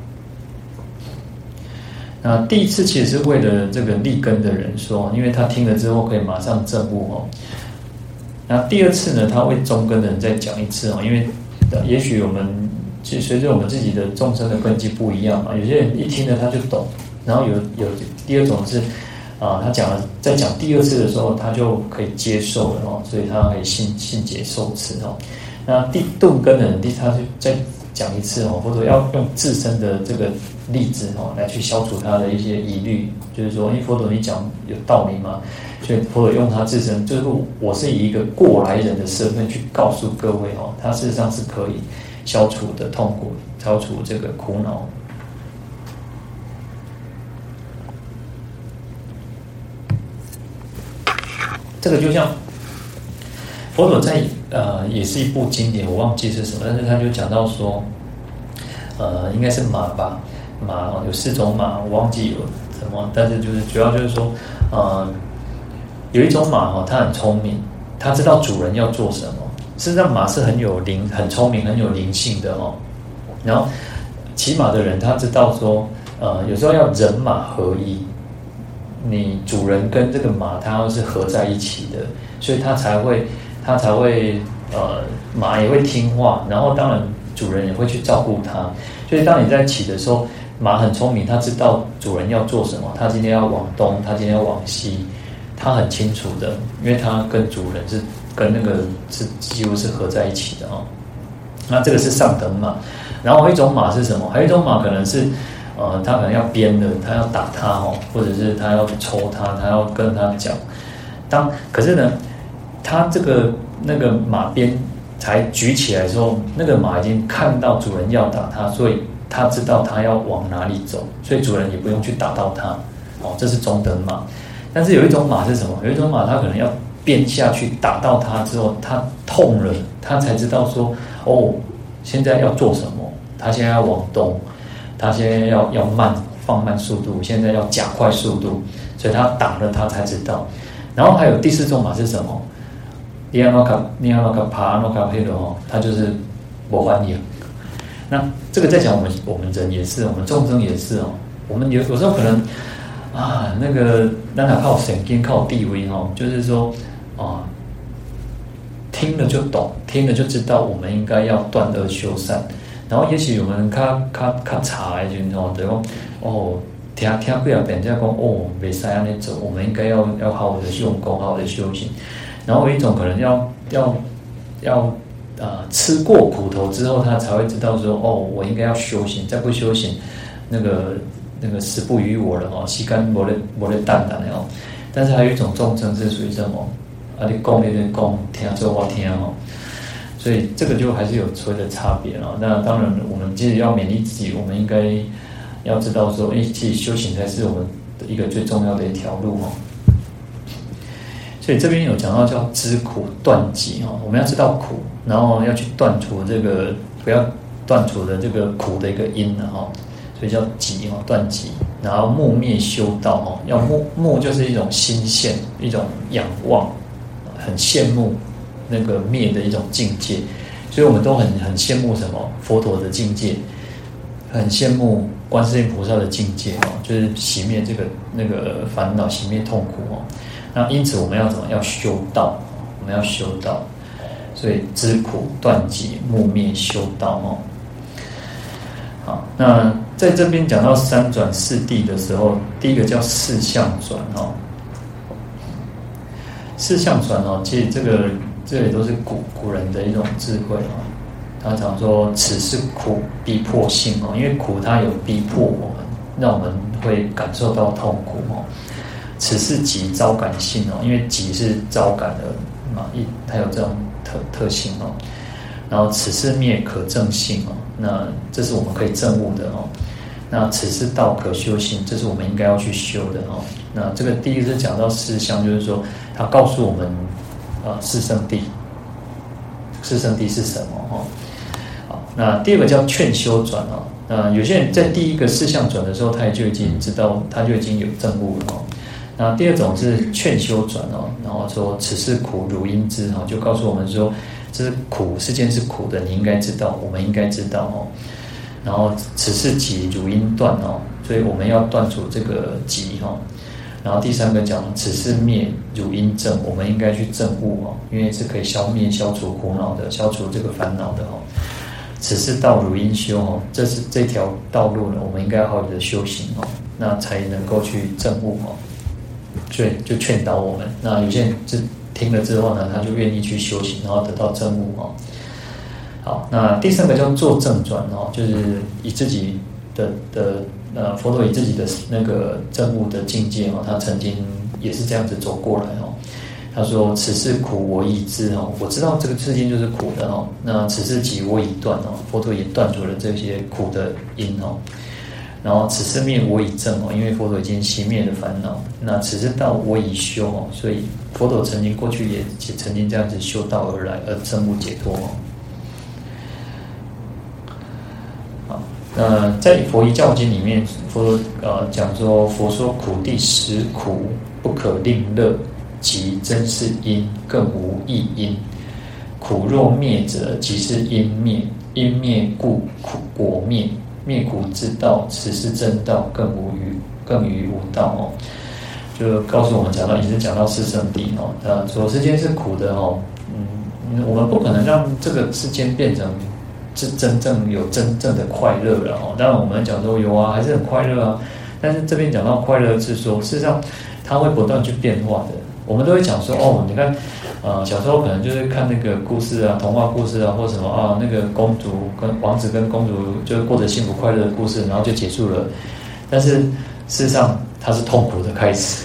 S1: 那第一次其实是为了这个立根的人说，因为他听了之后可以马上证悟哦。那第二次呢，他为中根的人再讲一次哦，因为也许我们其实随着我们自己的众生的根基不一样嘛，有些人一听了他就懂，然后有有第二种是啊、呃，他讲了在讲第二次的时候，他就可以接受了哦，所以他可以信信解受持哦。那第顿根的人，第他就再讲一次哦，或者要用自身的这个例子哦，来去消除他的一些疑虑，就是说，因为佛陀你讲有道理嘛，所以佛陀用他自身，就是我是以一个过来人的身份去告诉各位哦，他事实上是可以消除的痛苦，消除这个苦恼。这个就像佛陀在呃，也是一部经典，我忘记是什么，但是他就讲到说，呃，应该是马吧。马哦，有四种马，我忘记有什么，但是就是主要就是说，呃，有一种马哦，它很聪明，它知道主人要做什么。事实上，马是很有灵、很聪明、很有灵性的哦。然后骑马的人，他知道说，呃，有时候要人马合一，你主人跟这个马，它要是合在一起的，所以他才会，他才会呃马也会听话，然后当然主人也会去照顾它。所以当你在骑的时候，马很聪明，它知道主人要做什么，它今天要往东，它今天要往西，它很清楚的，因为它跟主人是跟那个是几乎是合在一起的哦。那这个是上等马，然后还有一种马是什么？还有一种马可能是，呃，它可能要鞭的，它要打它哦，或者是它要抽它，它要跟它讲。当可是呢，它这个那个马鞭才举起来的时候，那个马已经看到主人要打它，所以它知道它要往哪里走，所以主人也不用去打到它。哦，这是中等马。但是有一种马是什么？有一种马它可能要鞭下去打到它之后，它痛了，它才知道说，哦，现在要做什么？它现在要往东，它现在要要慢放慢速度，现在要加快速度，所以它打了它才知道。然后还有第四种马是什么？你要卡你要卡爬那卡配的哦，它就是不欢迎。那这个在讲我们我们人也是，我们众生也是哦。我们有有时候可能啊，那个咱哪靠神经靠地位哦，就是说啊，听了就懂，听了就知道我们应该要断恶修善。然后也许我们较较较差的时候，就讲哦，听听几啊遍，再讲哦，袂使安尼做，我们应该要要好好的用功，好好的修行。然后有一种可能要要要呃吃过苦头之后，他才会知道说哦，我应该要修行，再不修行，那个那个时不与我了哦，时间没得没得淡淡的哦。但是还有一种众生是属于什么？啊，你讲你你讲，听做我听哦。所以这个就还是有所谓的差别了。那当然，我们其实要勉励自己，我们应该要知道说，哎，其实修行才是我们的一个最重要的一条路哦。所以这边有讲到叫知苦断集哦，我们要知道苦，然后要去断除这个不要断除的这个苦的一个因了哈，所以叫集哦，断集。然后慕灭修道哦，要慕慕就是一种心羡，一种仰望，很羡慕那个灭的一种境界，所以我们都很很羡慕什么佛陀的境界，很羡慕观世音菩萨的境界哦，就是熄灭这个那个烦恼，熄灭痛苦哦。那因此我们要怎么？要修道，我们要修道，所以知苦断集，慕灭修道哦。好，那在这边讲到三转四谛的时候，第一个叫四相转哦。四相转哦，其实这个这也都是古古人的一种智慧哦。他常说此是苦逼迫性哦，因为苦它有逼迫我们，让我们会感受到痛苦哦。此是集招感性哦，因为集是招感的嘛，一它有这种特特性哦。然后此是灭可证性哦，那这是我们可以证悟的哦。那此是道可修行，这是我们应该要去修的哦。那这个第一个是讲到四相，就是说他告诉我们啊、呃、四圣谛，四圣谛是什么哦？好，那第二个叫劝修转哦。那有些人在第一个四相转的时候，他也就已经知道，他就已经有证悟了哦。那第二种是劝修转哦，然后说此是苦如应知哈，就告诉我们说，这是苦，世间是苦的，你应该知道，我们应该知道哦。然后此是集如应断哦，所以我们要断除这个集哈。然后第三个讲此是灭如应证，我们应该去证悟哦，因为是可以消灭、消除苦恼的，消除这个烦恼的哦。此是道如应修哦，这是这条道路呢，我们应该好好的修行哦，那才能够去证悟哦。所以就劝导我们，那有些人是听了之后呢，他就愿意去修行，然后得到证悟哦。好，那第三个叫做正转哦，就是以自己的的呃佛陀以自己的那个证悟的境界哦，他曾经也是这样子走过来哦。他说：“此是苦，我已知哦，我知道这个世间就是苦的哦。那此是集，我已断哦，佛陀也断除了这些苦的因哦。然后此是灭，我已证哦，因为佛陀已经熄灭了烦恼。那此是道，我已修哦，所以佛陀曾经过去也也曾经这样子修道而来，而证悟解脱哦。好，那在佛遗教经里面，佛呃讲说，佛说苦地实苦，不可令乐。”即真是因，更无异因。苦若灭者，即是因灭。因灭故苦果灭。灭苦之道，此是真道，更无余，更余无道哦。就告诉我们讲到，也是讲到四圣谛哦。他说世间是苦的哦，嗯， 我们不可能让这个世间变成是真正有真正的快乐了哦。当然我们讲说有啊，还是很快乐啊。但是这边讲到快乐是说，事实上它会不断去变化的。我们都会讲说哦，你看，呃，小时候可能就是看那个故事啊，童话故事啊，或什么啊，那个公主跟王子跟公主就过着幸福快乐的故事，然后就结束了。但是事实上它是痛苦的开始。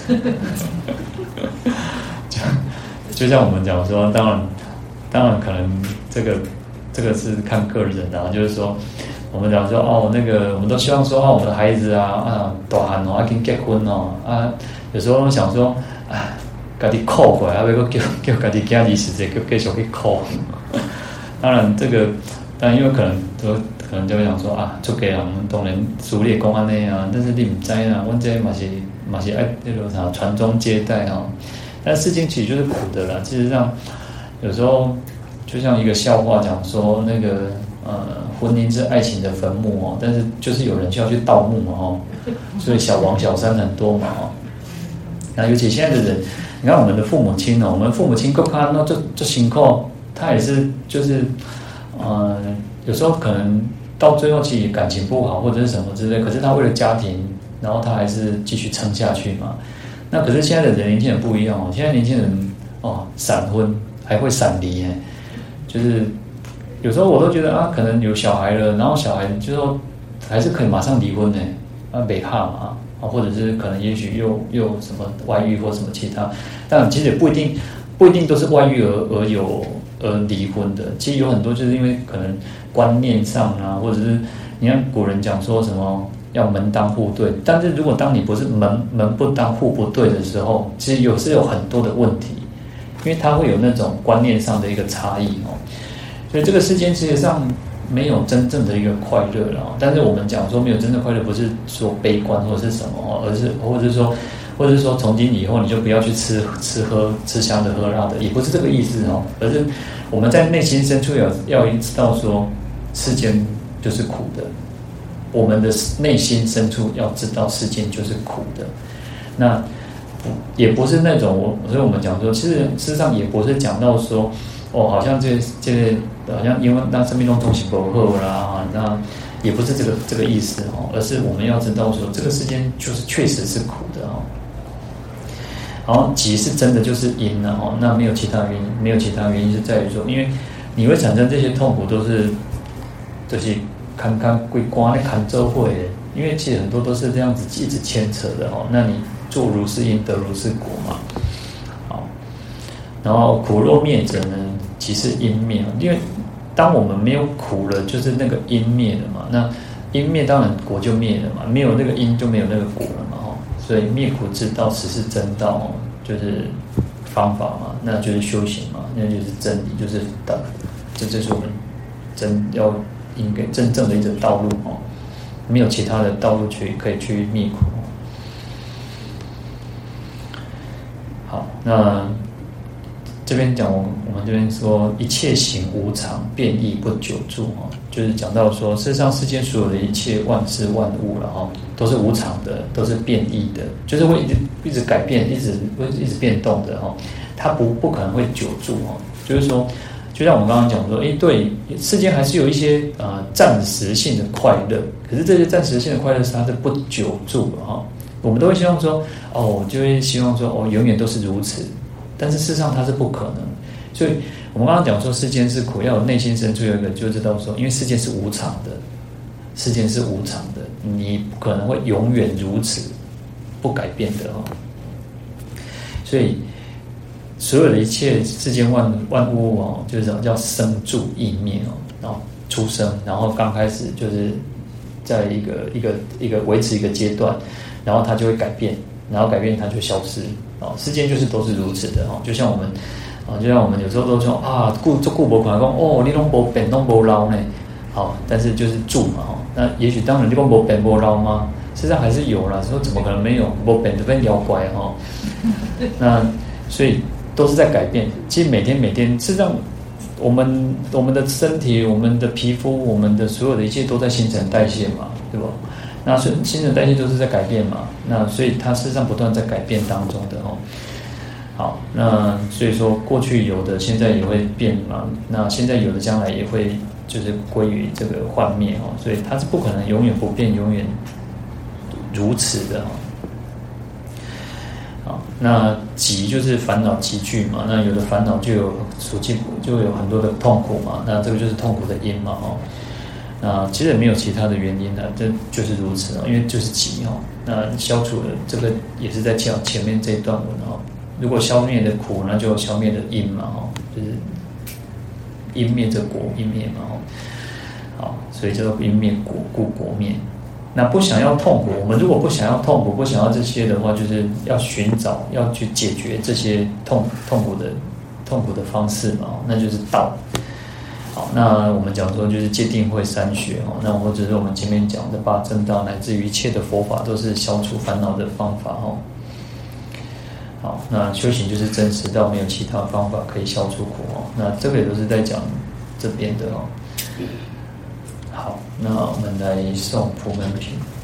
S1: 就就像我们讲说，当然，当然可能这个这个是看个人啊，就是说。我们讲说哦，那个我们都希望说哦，我们的孩子啊啊大汉哦，已经结婚哦啊，有时候想说啊，家己苦过来，还要叫叫家己囝儿时节，继续去苦。当然这个，当然因为可能都可能就会想说啊，出家人当然俗烈讲安尼啊，但是你唔知啊，阮这嘛是嘛是爱那个啥传宗接代啊，但世间其实就是苦的啦。事实上，有时候就像一个笑话讲说那个。呃，婚姻是爱情的坟墓哦，但是就是有人需要去盗墓嘛哦，所以小王小三很多嘛哦。那尤其现在的人，你看我们的父母亲哦，我们父母亲够看那就就辛苦，他也是就是呃，有时候可能到最后其实感情不好或者是什么之类，可是他为了家庭，然后他还是继续撑下去嘛。那可是现在的人年轻人不一样哦，现在年轻人哦，闪婚还会闪离哎，就是。有时候我都觉得啊，可能有小孩了，然后小孩就说还是可以马上离婚呢，啊，没怕嘛，啊，或者是可能也许又又什么外遇或什么其他，但其实也不一定，不一定都是外遇而而有而离婚的。其实有很多就是因为可能观念上啊，或者是你看古人讲说什么要门当户对，但是如果当你不是门门不当户不对的时候，其实有是有很多的问题，因为它会有那种观念上的一个差异哦。所以这个世间实际上没有真正的一个快乐了，但是我们讲说没有真正快乐，不是说悲观或者是什么，而是或者是说，或者是说从今以后你就不要去吃吃喝吃香的喝辣的，也不是这个意思哦，而是我们在内心深处要要知道说，世间就是苦的，我们的内心深处要知道世间就是苦的，那也不是那种我，所以我们讲说，其实事实上也不是讲到说。哦，好像这这好像因为那生命中东西不好啦，那也不是这个这个意思哦，而是我们要知道说，这个世间就是确实是苦的哦。然后己是真的就是因了哦，那没有其他原因，没有其他原因是在于说，因为你会产生这些痛苦都是就是看看归瓜那看周会，因为其实很多都是这样子一直牵扯的哦。那你做如是因得如是果嘛，好，然后苦若灭者呢？即是因灭，因为当我们没有苦了，就是那个因灭了嘛。那因灭当然果就灭了嘛，没有那个因就没有那个果了嘛。哦，所以灭苦之道，此是真道哦，就是方法嘛，那就是修行嘛，那就是真理，就是道。这就是我们真要应该真正的一种道路哦，没有其他的道路去可以去灭苦。好，那。这边讲，我们这边说一切行无常，变异不久住哈，就是讲到说，事实上世间所有的一切万事万物了哈，都是无常的，都是变异的，就是会一直一直改变，一直会一直变动的哈，它不不可能会久住哈。就是说，就像我们刚刚讲说，哎，对，世间还是有一些呃暂时性的快乐，可是这些暂时性的快乐是它是不久住的哈。我们都会希望说，哦，就会希望说，哦，永远都是如此。但是事实上它是不可能，所以我们刚刚讲说世间是苦，要有内心深处有一个就知道说，因为世间是无常的，世间是无常的，你不可能会永远如此不改变的哦。所以所有的一切世间万万物哦，就是叫生住异灭哦，然后出生，然后刚开始就是在一个一个一个维持一个阶段，然后它就会改变，然后改变它就消失。哦，世间就是都是如此的哦，就像我们，啊，就像我们有时候都说啊，顾做顾无可能讲哦，你拢无变拢无老呢，好，但是就是住嘛哈，那也许当然你讲无变无老吗？实际上还是有啦，说怎么可能没有？无变就变妖怪哈，那所以都是在改变。其实每天每天，事实上我们我们的身体、我们的皮肤、我们的所有的一切都在新陈代谢嘛，对吧？那所以新陈代谢都是在改变嘛，那所以它事实上不断在改变当中的哦。 好，那所以说过去有的现在也会变嘛，那现在有的将来也会就是归于这个幻灭哦，所以它是不可能永远不变，永远如此的哦。好，那集就是烦恼集聚嘛，那有的烦恼就有属尽就有很多的痛苦嘛，那这个就是痛苦的因嘛哦。那其实也没有其他的原因的，这就是如此哦，因为就是集哦。那消除了这个也是在讲前面这一段文哦。如果消灭的苦，那就消灭的因嘛哦，就是因灭着果，因灭嘛哦。好，所以叫做因灭果，故果灭。那不想要痛苦，我们如果不想要痛苦，不想要这些的话，就是要寻找，要去解决这些痛痛苦的痛苦的方式嘛，那就是道。好，那我们讲说就是戒定慧三学哦，那或者是我们前面讲的八正道，乃至于一切的佛法，都是消除烦恼的方法哦。好，那修行就是真实到没有其他方法可以消除苦哦。那这个也都是在讲这边的哦。好，那我们来诵普门品。